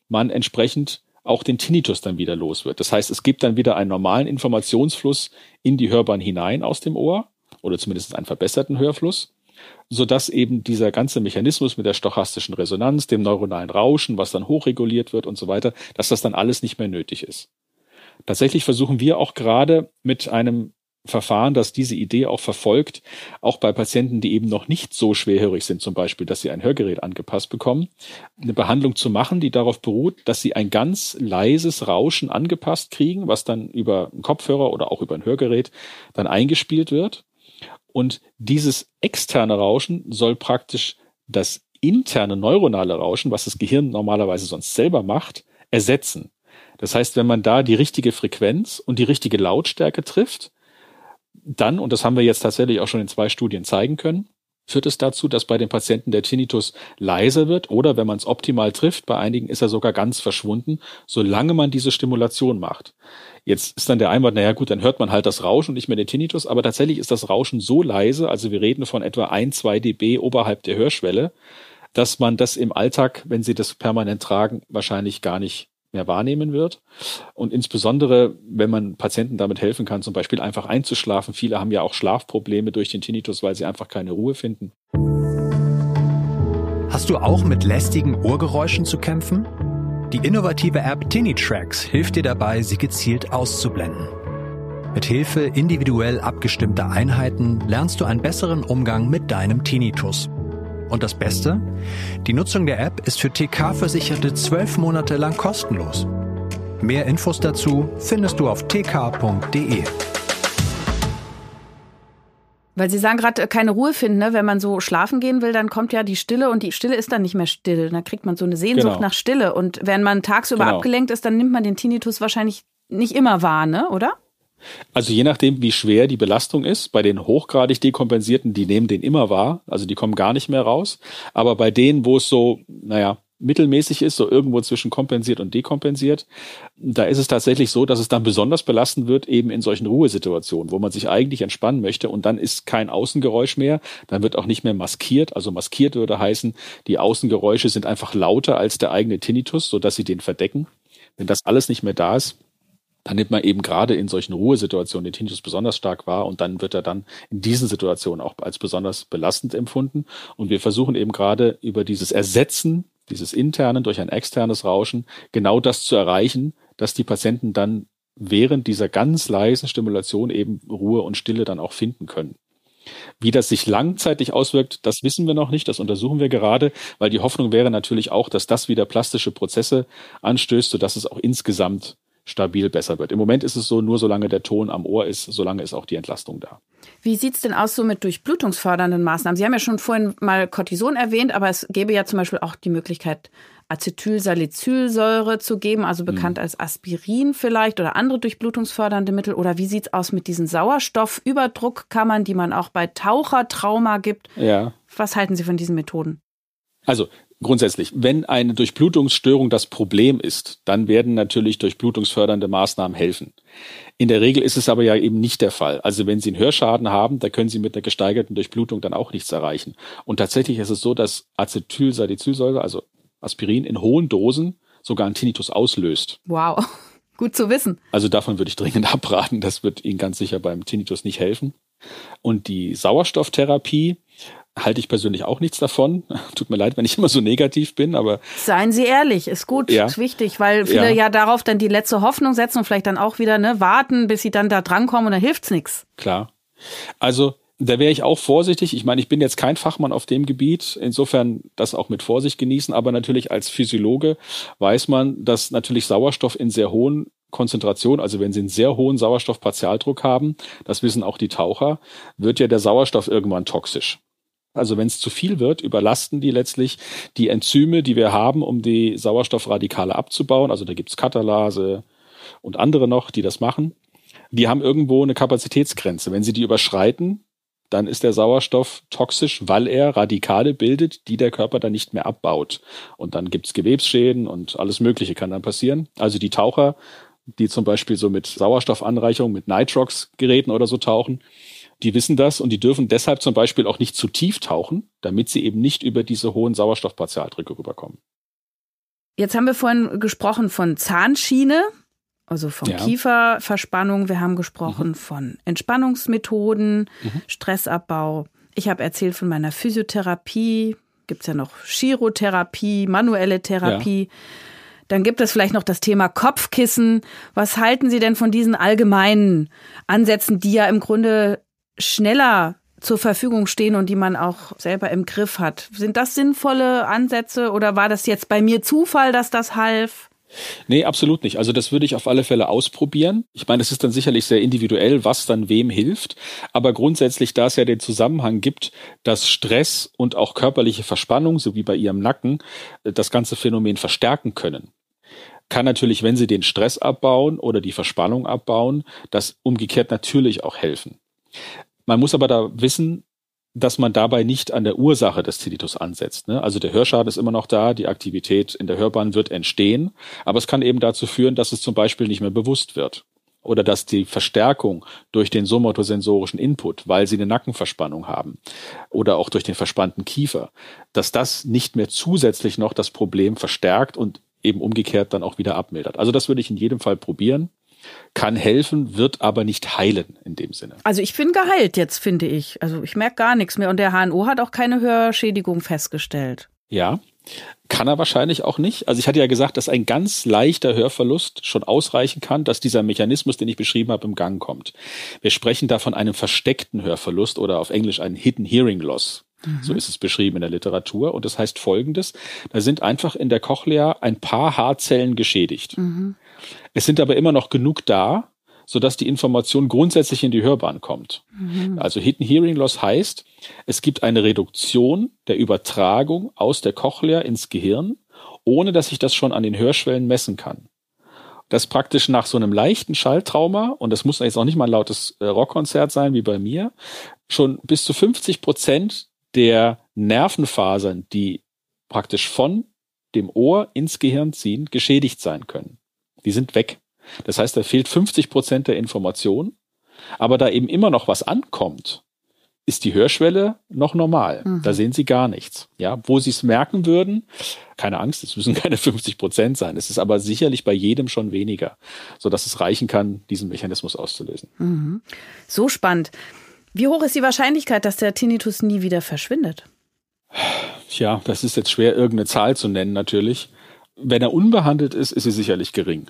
man entsprechend auch den Tinnitus dann wieder los wird. Das heißt, es gibt dann wieder einen normalen Informationsfluss in die Hörbahn hinein aus dem Ohr oder zumindest einen verbesserten Hörfluss, sodass eben dieser ganze Mechanismus mit der stochastischen Resonanz, dem neuronalen Rauschen, was dann hochreguliert wird und so weiter, dass das dann alles nicht mehr nötig ist. Tatsächlich versuchen wir auch gerade mit einem Verfahren, das diese Idee auch verfolgt, auch bei Patienten, die eben noch nicht so schwerhörig sind, zum Beispiel, dass sie ein Hörgerät angepasst bekommen, eine Behandlung zu machen, die darauf beruht, dass sie ein ganz leises Rauschen angepasst kriegen, was dann über einen Kopfhörer oder auch über ein Hörgerät dann eingespielt wird. Und dieses externe Rauschen soll praktisch das interne neuronale Rauschen, was das Gehirn normalerweise sonst selber macht, ersetzen. Das heißt, wenn man da die richtige Frequenz und die richtige Lautstärke trifft, dann, und das haben wir jetzt tatsächlich auch schon in 2 Studien zeigen können, führt es dazu, dass bei den Patienten der Tinnitus leiser wird oder, wenn man es optimal trifft, bei einigen ist er sogar ganz verschwunden, solange man diese Stimulation macht. Jetzt ist dann der Einwand, naja gut, dann hört man halt das Rauschen und nicht mehr den Tinnitus, aber tatsächlich ist das Rauschen so leise, also wir reden von etwa 1-2 dB oberhalb der Hörschwelle, dass man das im Alltag, wenn Sie das permanent tragen, wahrscheinlich gar nicht mehr wahrnehmen wird. Und insbesondere, wenn man Patienten damit helfen kann, zum Beispiel einfach einzuschlafen. Viele haben ja auch Schlafprobleme durch den Tinnitus, weil sie einfach keine Ruhe finden. Hast du auch mit lästigen Ohrgeräuschen zu kämpfen? Die innovative App TiniTracks hilft dir dabei, sie gezielt auszublenden. Mit Hilfe individuell abgestimmter Einheiten lernst du einen besseren Umgang mit deinem Tinnitus. Und das Beste? Die Nutzung der App ist für TK-Versicherte 12 Monate lang kostenlos. Mehr Infos dazu findest du auf tk.de. Weil Sie sagen gerade, keine Ruhe finden, ne? Wenn man so schlafen gehen will, dann kommt ja die Stille und die Stille ist dann nicht mehr still. Dann kriegt man so eine Sehnsucht nach Stille. Und wenn man tagsüber abgelenkt ist, dann nimmt man den Tinnitus wahrscheinlich nicht immer wahr, ne? Oder? Also je nachdem, wie schwer die Belastung ist, bei den hochgradig dekompensierten, die nehmen den immer wahr, also die kommen gar nicht mehr raus. Aber bei denen, wo es so, mittelmäßig ist, so irgendwo zwischen kompensiert und dekompensiert, da ist es tatsächlich so, dass es dann besonders belastend wird, eben in solchen Ruhesituationen, wo man sich eigentlich entspannen möchte und dann ist kein Außengeräusch mehr, dann wird auch nicht mehr maskiert. Also maskiert würde heißen, die Außengeräusche sind einfach lauter als der eigene Tinnitus, sodass sie den verdecken. Wenn das alles nicht mehr da ist, dann nimmt man eben gerade in solchen Ruhesituationen den Tinnitus besonders stark wahr und dann wird er dann in diesen Situationen auch als besonders belastend empfunden. Und wir versuchen eben gerade über dieses Ersetzen dieses internen durch ein externes Rauschen genau das zu erreichen, dass die Patienten dann während dieser ganz leisen Stimulation eben Ruhe und Stille dann auch finden können. Wie das sich langzeitig auswirkt, das wissen wir noch nicht, das untersuchen wir gerade, weil die Hoffnung wäre natürlich auch, dass das wieder plastische Prozesse anstößt, sodass es auch insgesamt stabil besser wird. Im Moment ist es so, nur solange der Ton am Ohr ist, solange ist auch die Entlastung da. Wie sieht's denn aus so mit durchblutungsfördernden Maßnahmen? Sie haben ja schon vorhin mal Cortison erwähnt, aber es gäbe ja zum Beispiel auch die Möglichkeit, Acetylsalicylsäure zu geben, also bekannt als Aspirin vielleicht oder andere durchblutungsfördernde Mittel. Oder wie sieht's aus mit diesen Sauerstoffüberdruckkammern, die man auch bei Tauchertrauma gibt? Ja. Was halten Sie von diesen Methoden? Also grundsätzlich, wenn eine Durchblutungsstörung das Problem ist, dann werden natürlich durchblutungsfördernde Maßnahmen helfen. In der Regel ist es aber ja eben nicht der Fall. Also wenn Sie einen Hörschaden haben, da können Sie mit einer gesteigerten Durchblutung dann auch nichts erreichen. Und tatsächlich ist es so, dass Acetylsalicylsäure, also Aspirin in hohen Dosen, sogar einen Tinnitus auslöst. Wow, gut zu wissen. Also davon würde ich dringend abraten. Das wird Ihnen ganz sicher beim Tinnitus nicht helfen. Und die Sauerstofftherapie halte ich persönlich auch nichts davon. Tut mir leid, wenn ich immer so negativ bin, aber... Seien Sie ehrlich, ist gut, ist wichtig, weil viele ja darauf dann die letzte Hoffnung setzen und vielleicht dann auch wieder warten, bis sie dann da drankommen und dann hilft's nichts. Klar. Also da wäre ich auch vorsichtig. Ich meine, ich bin jetzt kein Fachmann auf dem Gebiet, insofern das auch mit Vorsicht genießen, aber natürlich als Physiologe weiß man, dass natürlich Sauerstoff in sehr hohen Konzentration, also wenn Sie einen sehr hohen Sauerstoffpartialdruck haben, das wissen auch die Taucher, wird ja der Sauerstoff irgendwann toxisch. Also wenn es zu viel wird, überlasten die letztlich die Enzyme, die wir haben, um die Sauerstoffradikale abzubauen. Also da gibt's Katalase und andere noch, die das machen. Die haben irgendwo eine Kapazitätsgrenze. Wenn sie die überschreiten, dann ist der Sauerstoff toxisch, weil er Radikale bildet, die der Körper dann nicht mehr abbaut. Und dann gibt's Gewebsschäden und alles Mögliche kann dann passieren. Also die Taucher, die zum Beispiel so mit Sauerstoffanreicherung, mit Nitrox-Geräten oder so tauchen, die wissen das und die dürfen deshalb zum Beispiel auch nicht zu tief tauchen, damit sie eben nicht über diese hohen Sauerstoffpartialdrücke rüberkommen. Jetzt haben wir vorhin gesprochen von Zahnschiene, also von Kieferverspannung. Wir haben gesprochen von Entspannungsmethoden, Stressabbau. Ich habe erzählt von meiner Physiotherapie. Gibt es ja noch Chirotherapie, manuelle Therapie. Ja. Dann gibt es vielleicht noch das Thema Kopfkissen. Was halten Sie denn von diesen allgemeinen Ansätzen, die ja im Grunde schneller zur Verfügung stehen und die man auch selber im Griff hat? Sind das sinnvolle Ansätze oder war das jetzt bei mir Zufall, dass das half? Nee, absolut nicht. Also das würde ich auf alle Fälle ausprobieren. Ich meine, es ist dann sicherlich sehr individuell, was dann wem hilft. Aber grundsätzlich, da es ja den Zusammenhang gibt, dass Stress und auch körperliche Verspannung, so wie bei Ihrem Nacken, das ganze Phänomen verstärken können, kann natürlich, wenn Sie den Stress abbauen oder die Verspannung abbauen, das umgekehrt natürlich auch helfen. Man muss aber da wissen, dass man dabei nicht an der Ursache des Tinnitus ansetzt. Also der Hörschaden ist immer noch da, die Aktivität in der Hörbahn wird entstehen, aber es kann eben dazu führen, dass es zum Beispiel nicht mehr bewusst wird oder dass die Verstärkung durch den somotosensorischen Input, weil sie eine Nackenverspannung haben oder auch durch den verspannten Kiefer, dass das nicht mehr zusätzlich noch das Problem verstärkt und eben umgekehrt dann auch wieder abmildert. Also das würde ich in jedem Fall probieren. Kann helfen, wird aber nicht heilen in dem Sinne. Also ich bin geheilt jetzt, finde ich. Also ich merke gar nichts mehr. Und der HNO hat auch keine Hörschädigung festgestellt. Ja, kann er wahrscheinlich auch nicht. Also ich hatte ja gesagt, dass ein ganz leichter Hörverlust schon ausreichen kann, dass dieser Mechanismus, den ich beschrieben habe, im Gang kommt. Wir sprechen da von einem versteckten Hörverlust oder auf Englisch einen Hidden Hearing Loss. So ist es beschrieben in der Literatur. Und das heißt Folgendes: Da sind einfach in der Cochlea ein paar Haarzellen geschädigt. Es sind aber immer noch genug da, sodass die Information grundsätzlich in die Hörbahn kommt. Also Hidden Hearing Loss heißt, es gibt eine Reduktion der Übertragung aus der Cochlea ins Gehirn, ohne dass ich das schon an den Hörschwellen messen kann. Das praktisch nach so einem leichten Schalltrauma, und das muss jetzt auch nicht mal ein lautes Rockkonzert sein wie bei mir, schon bis zu 50% der Nervenfasern, die praktisch von dem Ohr ins Gehirn ziehen, geschädigt sein können. Die sind weg. Das heißt, da fehlt 50% der Information, aber da eben immer noch was ankommt, ist die Hörschwelle noch normal. Da sehen Sie gar nichts. Ja, wo Sie es merken würden, keine Angst, es müssen keine 50% sein. Es ist aber sicherlich bei jedem schon weniger, sodass es reichen kann, diesen Mechanismus auszulösen. So spannend. Wie hoch ist die Wahrscheinlichkeit, dass der Tinnitus nie wieder verschwindet? Tja, das ist jetzt schwer, irgendeine Zahl zu nennen natürlich. Wenn er unbehandelt ist, ist sie sicherlich gering.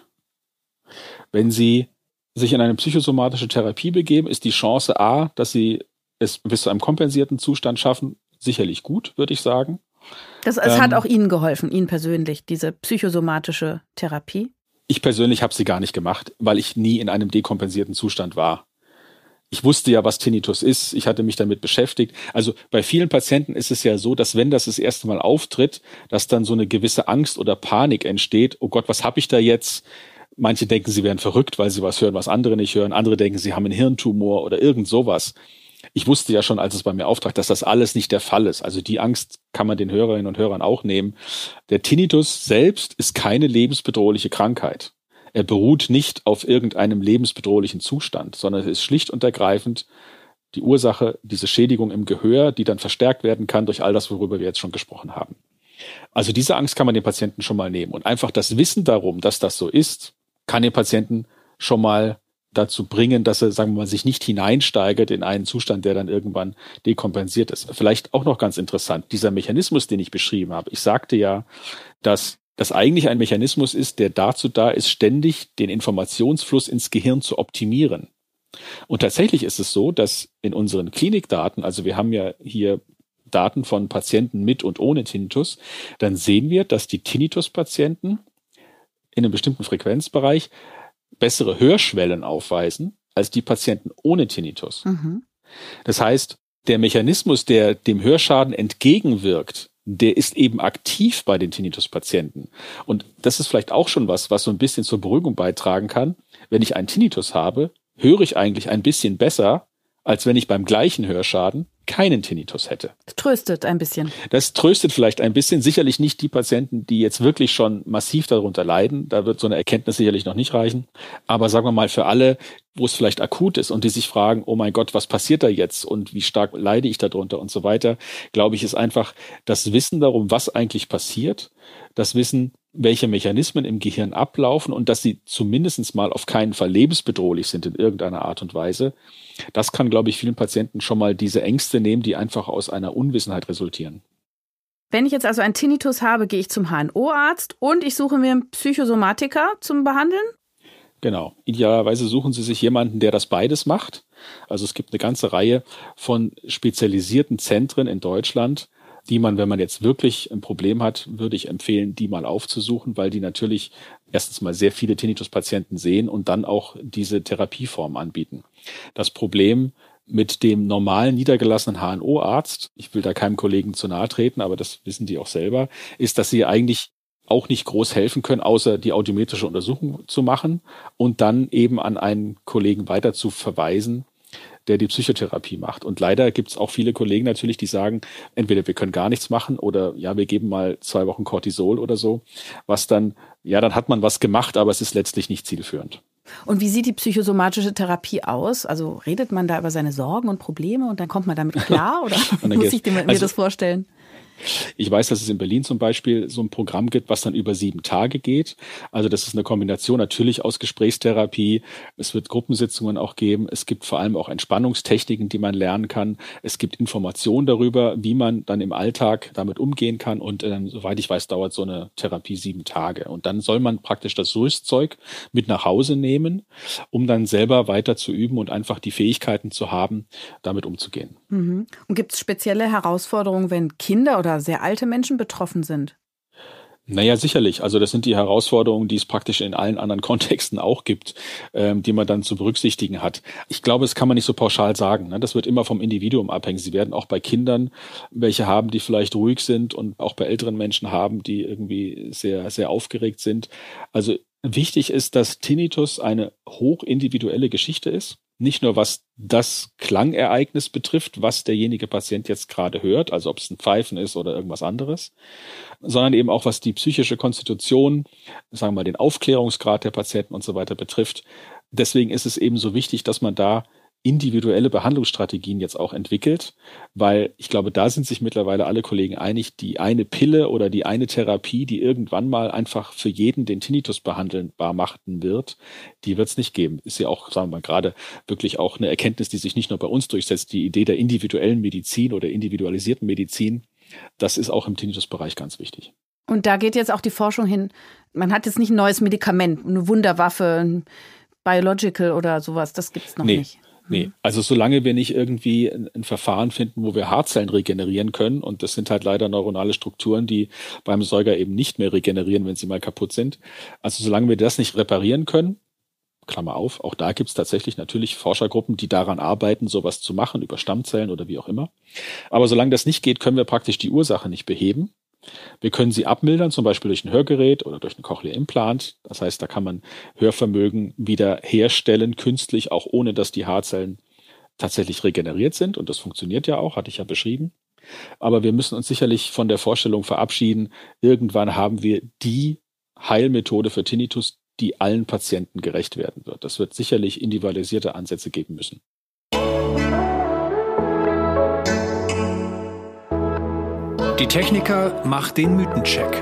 Wenn Sie sich in eine psychosomatische Therapie begeben, ist die Chance A, dass Sie es bis zu einem kompensierten Zustand schaffen, sicherlich gut, würde ich sagen. Es hat auch Ihnen geholfen, Ihnen persönlich, diese psychosomatische Therapie? Ich persönlich habe sie gar nicht gemacht, weil ich nie in einem dekompensierten Zustand war. Ich wusste ja, was Tinnitus ist. Ich hatte mich damit beschäftigt. Also bei vielen Patienten ist es ja so, dass wenn das erste Mal auftritt, dass dann so eine gewisse Angst oder Panik entsteht. Oh Gott, was habe ich da jetzt? Manche denken, sie wären verrückt, weil sie was hören, was andere nicht hören. Andere denken, sie haben einen Hirntumor oder irgend sowas. Ich wusste ja schon, als es bei mir auftrat, dass das alles nicht der Fall ist. Also die Angst kann man den Hörerinnen und Hörern auch nehmen. Der Tinnitus selbst ist keine lebensbedrohliche Krankheit. Er beruht nicht auf irgendeinem lebensbedrohlichen Zustand, sondern es ist schlicht und ergreifend die Ursache, diese Schädigung im Gehör, die dann verstärkt werden kann durch all das, worüber wir jetzt schon gesprochen haben. Also diese Angst kann man den Patienten schon mal nehmen. Und einfach das Wissen darum, dass das so ist, kann den Patienten schon mal dazu bringen, dass er, sagen wir mal, sich nicht hineinsteigert in einen Zustand, der dann irgendwann dekompensiert ist. Vielleicht auch noch ganz interessant, dieser Mechanismus, den ich beschrieben habe. Ich sagte ja, dass das eigentlich ein Mechanismus ist, der dazu da ist, ständig den Informationsfluss ins Gehirn zu optimieren. Und tatsächlich ist es so, dass in unseren Klinikdaten, also wir haben ja hier Daten von Patienten mit und ohne Tinnitus, dann sehen wir, dass die Tinnitus-Patienten in einem bestimmten Frequenzbereich bessere Hörschwellen aufweisen als die Patienten ohne Tinnitus. Das heißt, der Mechanismus, der dem Hörschaden entgegenwirkt, der ist eben aktiv bei den Tinnitus-Patienten. Und das ist vielleicht auch schon was so ein bisschen zur Beruhigung beitragen kann. Wenn ich einen Tinnitus habe, höre ich eigentlich ein bisschen besser, als wenn ich beim gleichen Hörschaden keinen Tinnitus hätte. Das tröstet ein bisschen. Das tröstet vielleicht ein bisschen. Sicherlich nicht die Patienten, die jetzt wirklich schon massiv darunter leiden. Da wird so eine Erkenntnis sicherlich noch nicht reichen. Aber sagen wir mal für alle, wo es vielleicht akut ist und die sich fragen, oh mein Gott, was passiert da jetzt und wie stark leide ich darunter und so weiter, glaube ich, ist einfach das Wissen darum, was eigentlich passiert, das Wissen, welche Mechanismen im Gehirn ablaufen und dass sie zumindest mal auf keinen Fall lebensbedrohlich sind in irgendeiner Art und Weise, das kann, glaube ich, vielen Patienten schon mal diese Ängste nehmen, die einfach aus einer Unwissenheit resultieren. Wenn ich jetzt also einen Tinnitus habe, gehe ich zum HNO-Arzt und ich suche mir einen Psychosomatiker zum Behandeln? Genau. Idealerweise suchen Sie sich jemanden, der das beides macht. Also es gibt eine ganze Reihe von spezialisierten Zentren in Deutschland, die man, wenn man jetzt wirklich ein Problem hat, würde ich empfehlen, die mal aufzusuchen, weil die natürlich erstens mal sehr viele Tinnitus-Patienten sehen und dann auch diese Therapieform anbieten. Das Problem mit dem normalen niedergelassenen HNO-Arzt, ich will da keinem Kollegen zu nahe treten, aber das wissen die auch selber, ist, dass sie eigentlich auch nicht groß helfen können, außer die audiometrische Untersuchung zu machen und dann eben an einen Kollegen weiter zu verweisen, der die Psychotherapie macht. Und leider gibt es auch viele Kollegen natürlich, die sagen, entweder wir können gar nichts machen oder ja, wir geben mal 2 Wochen Cortisol oder so, was dann, ja, dann hat man was gemacht, aber es ist letztlich nicht zielführend. Und wie sieht die psychosomatische Therapie aus? Also redet man da über seine Sorgen und Probleme und dann kommt man damit klar oder muss ich mir das vorstellen? Ich weiß, dass es in Berlin zum Beispiel so ein Programm gibt, was dann über 7 Tage geht. Also das ist eine Kombination natürlich aus Gesprächstherapie. Es wird Gruppensitzungen auch geben. Es gibt vor allem auch Entspannungstechniken, die man lernen kann. Es gibt Informationen darüber, wie man dann im Alltag damit umgehen kann. Und soweit ich weiß, dauert so eine Therapie 7 Tage. Und dann soll man praktisch das Rüstzeug mit nach Hause nehmen, um dann selber weiter zu üben und einfach die Fähigkeiten zu haben, damit umzugehen. Mhm. Und gibt es spezielle Herausforderungen, wenn Kinder oder sehr alte Menschen betroffen sind? Naja, sicherlich. Also das sind die Herausforderungen, die es praktisch in allen anderen Kontexten auch gibt, die man dann zu berücksichtigen hat. Ich glaube, das kann man nicht so pauschal sagen. Ne? Das wird immer vom Individuum abhängen. Sie werden auch bei Kindern welche haben, die vielleicht ruhig sind und auch bei älteren Menschen haben, die irgendwie sehr, sehr aufgeregt sind. Also wichtig ist, dass Tinnitus eine hochindividuelle Geschichte ist. Nicht nur was das Klangereignis betrifft, was derjenige Patient jetzt gerade hört, also ob es ein Pfeifen ist oder irgendwas anderes, sondern eben auch was die psychische Konstitution, sagen wir mal den Aufklärungsgrad der Patienten und so weiter betrifft. Deswegen ist es eben so wichtig, dass man da individuelle Behandlungsstrategien jetzt auch entwickelt, weil ich glaube, da sind sich mittlerweile alle Kollegen einig, die eine Pille oder die eine Therapie, die irgendwann mal einfach für jeden den Tinnitus behandelbar machen wird, die wird es nicht geben. Ist ja auch, sagen wir mal, gerade wirklich auch eine Erkenntnis, die sich nicht nur bei uns durchsetzt, die Idee der individuellen Medizin oder individualisierten Medizin, das ist auch im Tinnitusbereich ganz wichtig. Und da geht jetzt auch die Forschung hin, man hat jetzt nicht ein neues Medikament, eine Wunderwaffe, ein Biological oder sowas, das gibt es noch nicht. Nee, also solange wir nicht irgendwie ein Verfahren finden, wo wir Haarzellen regenerieren können, und das sind halt leider neuronale Strukturen, die beim Säuger eben nicht mehr regenerieren, wenn sie mal kaputt sind. Also solange wir das nicht reparieren können, Klammer auf, auch da gibt's tatsächlich natürlich Forschergruppen, die daran arbeiten, sowas zu machen, über Stammzellen oder wie auch immer. Aber solange das nicht geht, können wir praktisch die Ursache nicht beheben. Wir können sie abmildern, zum Beispiel durch ein Hörgerät oder durch ein Cochlear-Implant. Das heißt, da kann man Hörvermögen wieder herstellen, künstlich, auch ohne dass die Haarzellen tatsächlich regeneriert sind. Und das funktioniert ja auch, hatte ich ja beschrieben. Aber wir müssen uns sicherlich von der Vorstellung verabschieden, irgendwann haben wir die Heilmethode für Tinnitus, die allen Patienten gerecht werden wird. Das wird sicherlich individualisierte Ansätze geben müssen. Die Techniker macht den Mythencheck.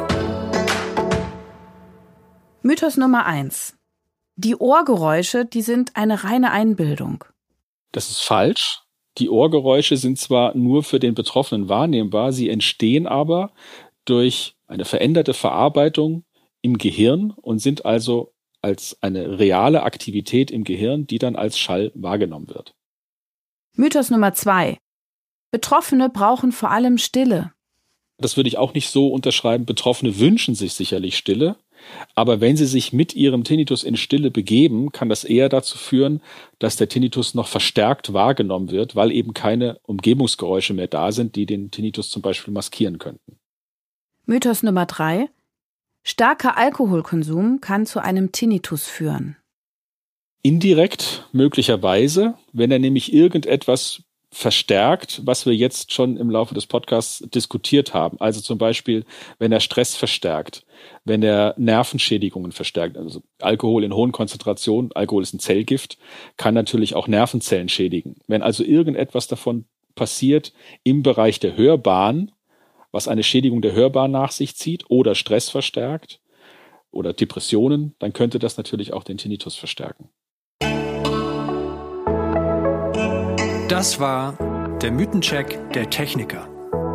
Mythos Nummer 1. Die Ohrgeräusche, die sind eine reine Einbildung. Das ist falsch. Die Ohrgeräusche sind zwar nur für den Betroffenen wahrnehmbar, sie entstehen aber durch eine veränderte Verarbeitung im Gehirn und sind also als eine reale Aktivität im Gehirn, die dann als Schall wahrgenommen wird. Mythos Nummer 2. Betroffene brauchen vor allem Stille. Das würde ich auch nicht so unterschreiben. Betroffene wünschen sich sicherlich Stille. Aber wenn sie sich mit ihrem Tinnitus in Stille begeben, kann das eher dazu führen, dass der Tinnitus noch verstärkt wahrgenommen wird, weil eben keine Umgebungsgeräusche mehr da sind, die den Tinnitus zum Beispiel maskieren könnten. Mythos Nummer 3. Starker Alkoholkonsum kann zu einem Tinnitus führen. Indirekt möglicherweise, wenn er nämlich irgendetwas verstärkt, was wir jetzt schon im Laufe des Podcasts diskutiert haben. Also zum Beispiel, wenn er Stress verstärkt, wenn er Nervenschädigungen verstärkt. Also Alkohol in hohen Konzentrationen, Alkohol ist ein Zellgift, kann natürlich auch Nervenzellen schädigen. Wenn also irgendetwas davon passiert im Bereich der Hörbahn, was eine Schädigung der Hörbahn nach sich zieht oder Stress verstärkt oder Depressionen, dann könnte das natürlich auch den Tinnitus verstärken. Das war der Mythencheck der Techniker.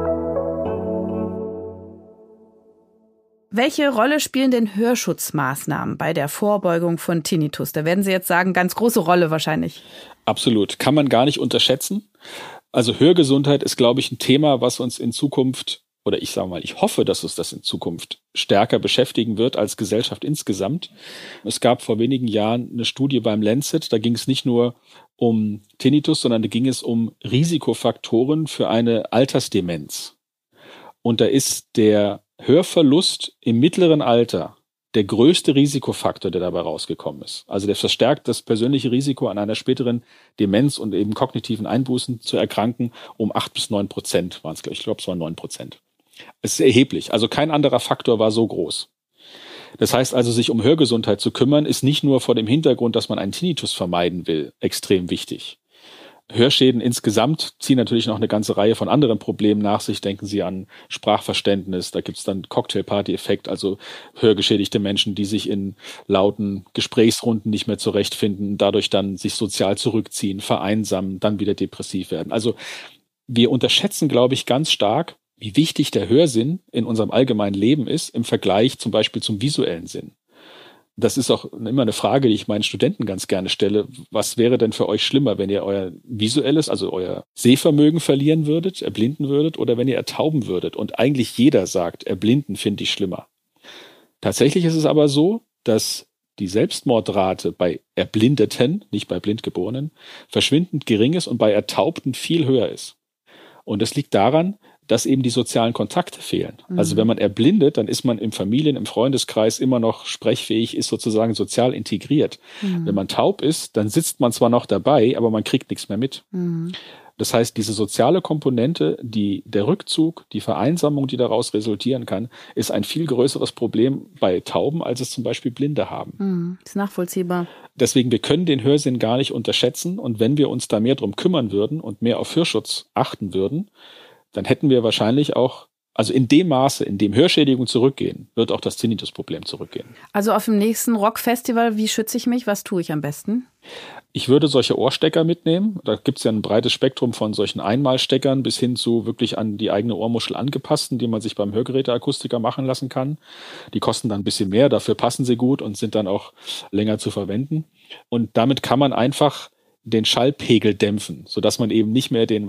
Welche Rolle spielen denn Hörschutzmaßnahmen bei der Vorbeugung von Tinnitus? Da werden Sie jetzt sagen, ganz große Rolle wahrscheinlich. Absolut. Kann man gar nicht unterschätzen. Also Hörgesundheit ist, glaube ich, ein Thema, was uns in Zukunft, oder ich sage mal, ich hoffe, dass uns das in Zukunft stärker beschäftigen wird als Gesellschaft insgesamt. Es gab vor wenigen Jahren eine Studie beim Lancet, da ging es nicht nur um Tinnitus, sondern da ging es um Risikofaktoren für eine Altersdemenz. Und da ist der Hörverlust im mittleren Alter der größte Risikofaktor, der dabei rausgekommen ist. Also der verstärkt das persönliche Risiko, an einer späteren Demenz und eben kognitiven Einbußen zu erkranken, um 8-9% waren es, glaube ich. Ich glaube, es waren 9%. Es ist erheblich. Also kein anderer Faktor war so groß. Das heißt also, sich um Hörgesundheit zu kümmern, ist nicht nur vor dem Hintergrund, dass man einen Tinnitus vermeiden will, extrem wichtig. Hörschäden insgesamt ziehen natürlich noch eine ganze Reihe von anderen Problemen nach sich. Denken Sie an Sprachverständnis, da gibt es dann Cocktail-Party-Effekt, also hörgeschädigte Menschen, die sich in lauten Gesprächsrunden nicht mehr zurechtfinden, dadurch dann sich sozial zurückziehen, vereinsamen, dann wieder depressiv werden. Also wir unterschätzen, glaube ich, ganz stark, wie wichtig der Hörsinn in unserem allgemeinen Leben ist im Vergleich zum Beispiel zum visuellen Sinn. Das ist auch immer eine Frage, die ich meinen Studenten ganz gerne stelle. Was wäre denn für euch schlimmer, wenn ihr euer visuelles, also euer Sehvermögen verlieren würdet, erblinden würdet, oder wenn ihr ertauben würdet? Und eigentlich jeder sagt, erblinden finde ich schlimmer. Tatsächlich ist es aber so, dass die Selbstmordrate bei Erblindeten, nicht bei Blindgeborenen, verschwindend gering ist und bei Ertaubten viel höher ist. Und das liegt daran, dass eben die sozialen Kontakte fehlen. Also wenn man erblindet, dann ist man im im Freundeskreis immer noch sprechfähig, ist sozusagen sozial integriert. Wenn man taub ist, dann sitzt man zwar noch dabei, aber man kriegt nichts mehr mit. Das heißt, diese soziale Komponente, der Rückzug, die Vereinsamung, die daraus resultieren kann, ist ein viel größeres Problem bei Tauben, als es zum Beispiel Blinde haben. Ist nachvollziehbar. Deswegen, wir können den Hörsinn gar nicht unterschätzen. Und wenn wir uns da mehr drum kümmern würden und mehr auf Hörschutz achten würden, dann hätten wir wahrscheinlich auch, also in dem Maße, in dem Hörschädigungen zurückgehen, wird auch das Tinnitus-Problem zurückgehen. Also auf dem nächsten Rockfestival, wie schütze ich mich? Was tue ich am besten? Ich würde solche Ohrstecker mitnehmen. Da gibt es ja ein breites Spektrum von solchen Einmalsteckern bis hin zu wirklich an die eigene Ohrmuschel angepassten, die man sich beim Hörgeräteakustiker machen lassen kann. Die kosten dann ein bisschen mehr, dafür passen sie gut und sind dann auch länger zu verwenden. Und damit kann man einfach den Schallpegel dämpfen, sodass man eben nicht mehr den,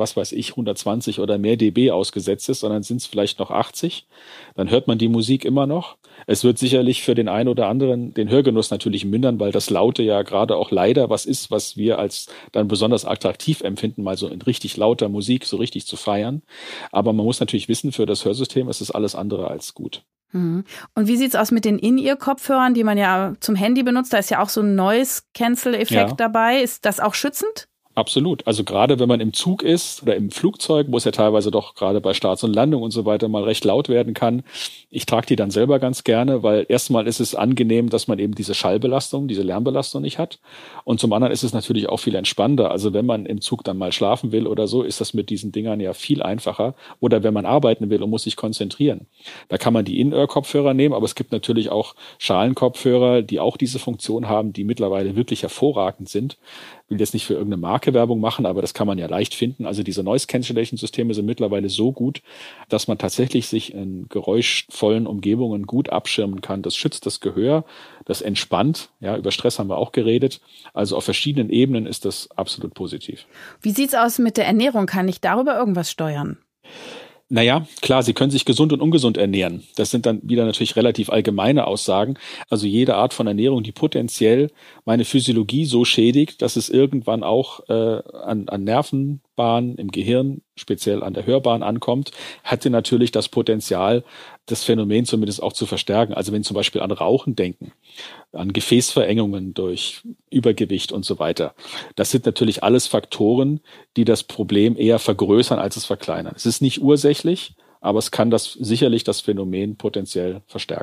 120 oder mehr dB ausgesetzt ist, sondern sind es vielleicht noch 80. Dann hört man die Musik immer noch. Es wird sicherlich für den einen oder anderen den Hörgenuss natürlich mindern, weil das Laute ja gerade auch leider was ist, was wir als dann besonders attraktiv empfinden, mal so in richtig lauter Musik so richtig zu feiern. Aber man muss natürlich wissen, für das Hörsystem ist es alles andere als gut. Und wie sieht's aus mit den In-Ear-Kopfhörern, die man ja zum Handy benutzt? Da ist ja auch so ein Noise-Cancel-Effekt dabei. Ist das auch schützend? Absolut. Also gerade wenn man im Zug ist oder im Flugzeug, wo es ja teilweise doch gerade bei Starts und Landung und so weiter mal recht laut werden kann. Ich trage die dann selber ganz gerne, weil erstmal ist es angenehm, dass man eben diese Schallbelastung, diese Lärmbelastung nicht hat. Und zum anderen ist es natürlich auch viel entspannter. Also wenn man im Zug dann mal schlafen will oder so, ist das mit diesen Dingern ja viel einfacher. Oder wenn man arbeiten will und muss sich konzentrieren. Da kann man die In-Ear-Kopfhörer nehmen, aber es gibt natürlich auch Schalenkopfhörer, die auch diese Funktion haben, die mittlerweile wirklich hervorragend sind. Ich will jetzt nicht für irgendeine Marke Werbung machen, aber das kann man ja leicht finden. Also diese Noise-Cancellation-Systeme sind mittlerweile so gut, dass man tatsächlich sich in geräuschvollen Umgebungen gut abschirmen kann. Das schützt das Gehör, das entspannt. Ja, über Stress haben wir auch geredet. Also auf verschiedenen Ebenen ist das absolut positiv. Wie sieht's aus mit der Ernährung? Kann ich darüber irgendwas steuern? Naja, klar, Sie können sich gesund und ungesund ernähren. Das sind dann wieder natürlich relativ allgemeine Aussagen. Also jede Art von Ernährung, die potenziell meine Physiologie so schädigt, dass es irgendwann auch an Nervenbahnen im Gehirn, speziell an der Hörbahn ankommt, hatte natürlich das Potenzial, das Phänomen zumindest auch zu verstärken. Also wenn Sie zum Beispiel an Rauchen denken, an Gefäßverengungen durch Übergewicht und so weiter. Das sind natürlich alles Faktoren, die das Problem eher vergrößern, als es verkleinern. Es ist nicht ursächlich, aber es kann sicherlich das Phänomen potenziell verstärken.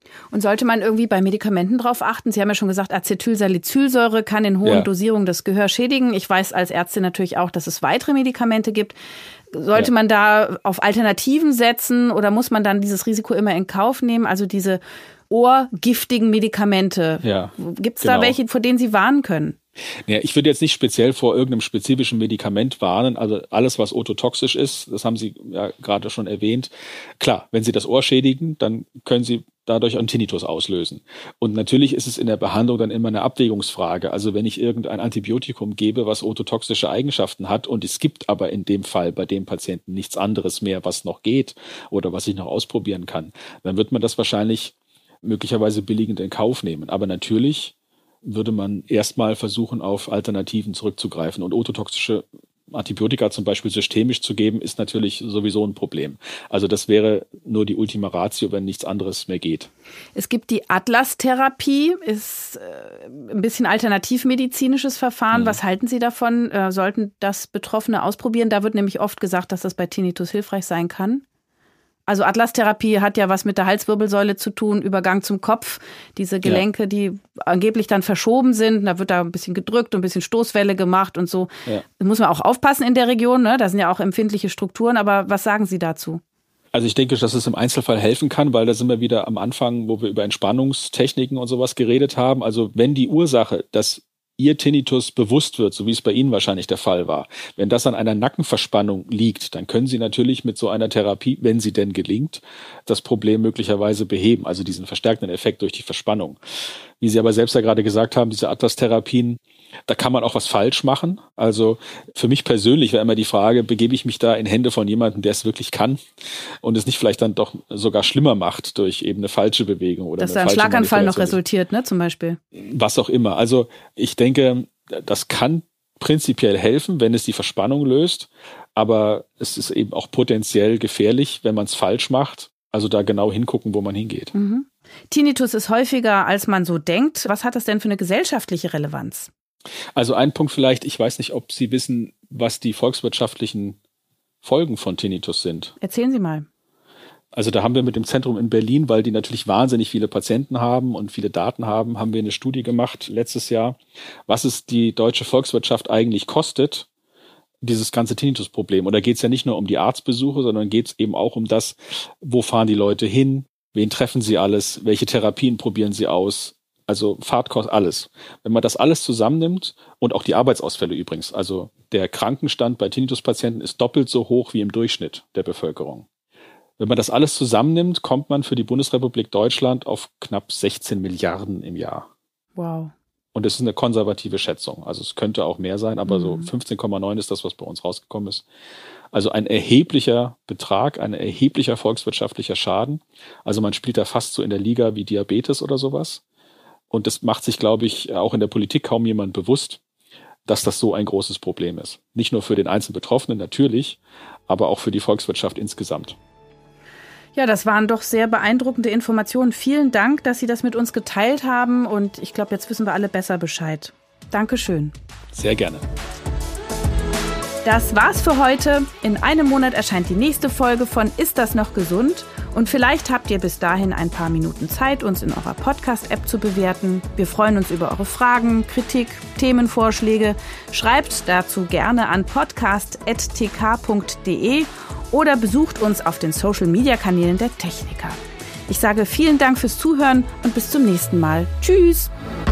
Und sollte man irgendwie bei Medikamenten drauf achten? Sie haben ja schon gesagt, Acetylsalicylsäure kann in hohen Dosierungen das Gehör schädigen. Ich weiß als Ärztin natürlich auch, dass es weitere Medikamente gibt. Sollte man da auf Alternativen setzen oder muss man dann dieses Risiko immer in Kauf nehmen? Also diese ohrgiftigen Medikamente. Ja, gibt es da welche, vor denen Sie warnen können? Ja, ich würde jetzt nicht speziell vor irgendeinem spezifischen Medikament warnen. Also alles, was ototoxisch ist, das haben Sie ja gerade schon erwähnt. Klar, wenn Sie das Ohr schädigen, dann können Sie dadurch einen Tinnitus auslösen. Und natürlich ist es in der Behandlung dann immer eine Abwägungsfrage. Also wenn ich irgendein Antibiotikum gebe, was ototoxische Eigenschaften hat und es gibt aber in dem Fall bei dem Patienten nichts anderes mehr, was noch geht oder was ich noch ausprobieren kann, dann wird man das wahrscheinlich möglicherweise billigend in Kauf nehmen. Aber natürlich würde man erstmal versuchen, auf Alternativen zurückzugreifen. Und ototoxische Antibiotika zum Beispiel systemisch zu geben, ist natürlich sowieso ein Problem. Also das wäre nur die Ultima Ratio, wenn nichts anderes mehr geht. Es gibt die Atlas-Therapie, ist ein bisschen alternativmedizinisches Verfahren. Was halten Sie davon? Sollten das Betroffene ausprobieren? Da wird nämlich oft gesagt, dass das bei Tinnitus hilfreich sein kann. Also Atlas-Therapie hat ja was mit der Halswirbelsäule zu tun, Übergang zum Kopf, diese Gelenke, die angeblich dann verschoben sind. Da wird da ein bisschen gedrückt und ein bisschen Stoßwelle gemacht und so. Ja. Da muss man auch aufpassen in der Region, ne? Da sind ja auch empfindliche Strukturen. Aber was sagen Sie dazu? Also ich denke, dass es im Einzelfall helfen kann, weil da sind wir wieder am Anfang, wo wir über Entspannungstechniken und sowas geredet haben. Also wenn die Ursache, dass Ihr Tinnitus bewusst wird, so wie es bei Ihnen wahrscheinlich der Fall war. Wenn das an einer Nackenverspannung liegt, dann können Sie natürlich mit so einer Therapie, wenn sie denn gelingt, das Problem möglicherweise beheben, also diesen verstärkenden Effekt durch die Verspannung. Wie Sie aber selbst ja gerade gesagt haben, diese Atlas-Therapien, da kann man auch was falsch machen. Also für mich persönlich wäre immer die Frage, begebe ich mich da in Hände von jemandem, der es wirklich kann und es nicht vielleicht dann doch sogar schlimmer macht durch eben eine falsche Bewegung oder dass da ein Schlaganfall noch resultiert, ne, zum Beispiel. Was auch immer. Also ich denke, das kann prinzipiell helfen, wenn es die Verspannung löst, aber es ist eben auch potenziell gefährlich, wenn man es falsch macht. Also da genau hingucken, wo man hingeht. Mhm. Tinnitus ist häufiger, als man so denkt. Was hat das denn für eine gesellschaftliche Relevanz? Also ein Punkt vielleicht, ich weiß nicht, ob Sie wissen, was die volkswirtschaftlichen Folgen von Tinnitus sind. Erzählen Sie mal. Also da haben wir mit dem Zentrum in Berlin, weil die natürlich wahnsinnig viele Patienten haben und viele Daten haben, haben wir eine Studie gemacht letztes Jahr, was es die deutsche Volkswirtschaft eigentlich kostet, dieses ganze Tinnitus-Problem. Und da geht es ja nicht nur um die Arztbesuche, sondern geht es eben auch um das, wo fahren die Leute hin, wen treffen sie alles, welche Therapien probieren sie aus, also Fahrtkosten, alles. Wenn man das alles zusammennimmt und auch die Arbeitsausfälle übrigens, also der Krankenstand bei Tinnitus-Patienten ist doppelt so hoch wie im Durchschnitt der Bevölkerung. Wenn man das alles zusammennimmt, kommt man für die Bundesrepublik Deutschland auf knapp 16 Milliarden im Jahr. Wow. Und das ist eine konservative Schätzung. Also es könnte auch mehr sein, aber so 15,9 ist das, was bei uns rausgekommen ist. Also ein erheblicher Betrag, ein erheblicher volkswirtschaftlicher Schaden. Also man spielt da fast so in der Liga wie Diabetes oder sowas. Und das macht sich, glaube ich, auch in der Politik kaum jemand bewusst, dass das so ein großes Problem ist. Nicht nur für den einzelnen Betroffenen natürlich, aber auch für die Volkswirtschaft insgesamt. Ja, das waren doch sehr beeindruckende Informationen. Vielen Dank, dass Sie das mit uns geteilt haben. Und ich glaube, jetzt wissen wir alle besser Bescheid. Dankeschön. Sehr gerne. Das war's für heute. In einem Monat erscheint die nächste Folge von Ist das noch gesund? Und vielleicht habt ihr bis dahin ein paar Minuten Zeit, uns in eurer Podcast-App zu bewerten. Wir freuen uns über eure Fragen, Kritik, Themenvorschläge. Schreibt dazu gerne an podcast@tk.de oder besucht uns auf den Social-Media-Kanälen der Techniker. Ich sage vielen Dank fürs Zuhören und bis zum nächsten Mal. Tschüss!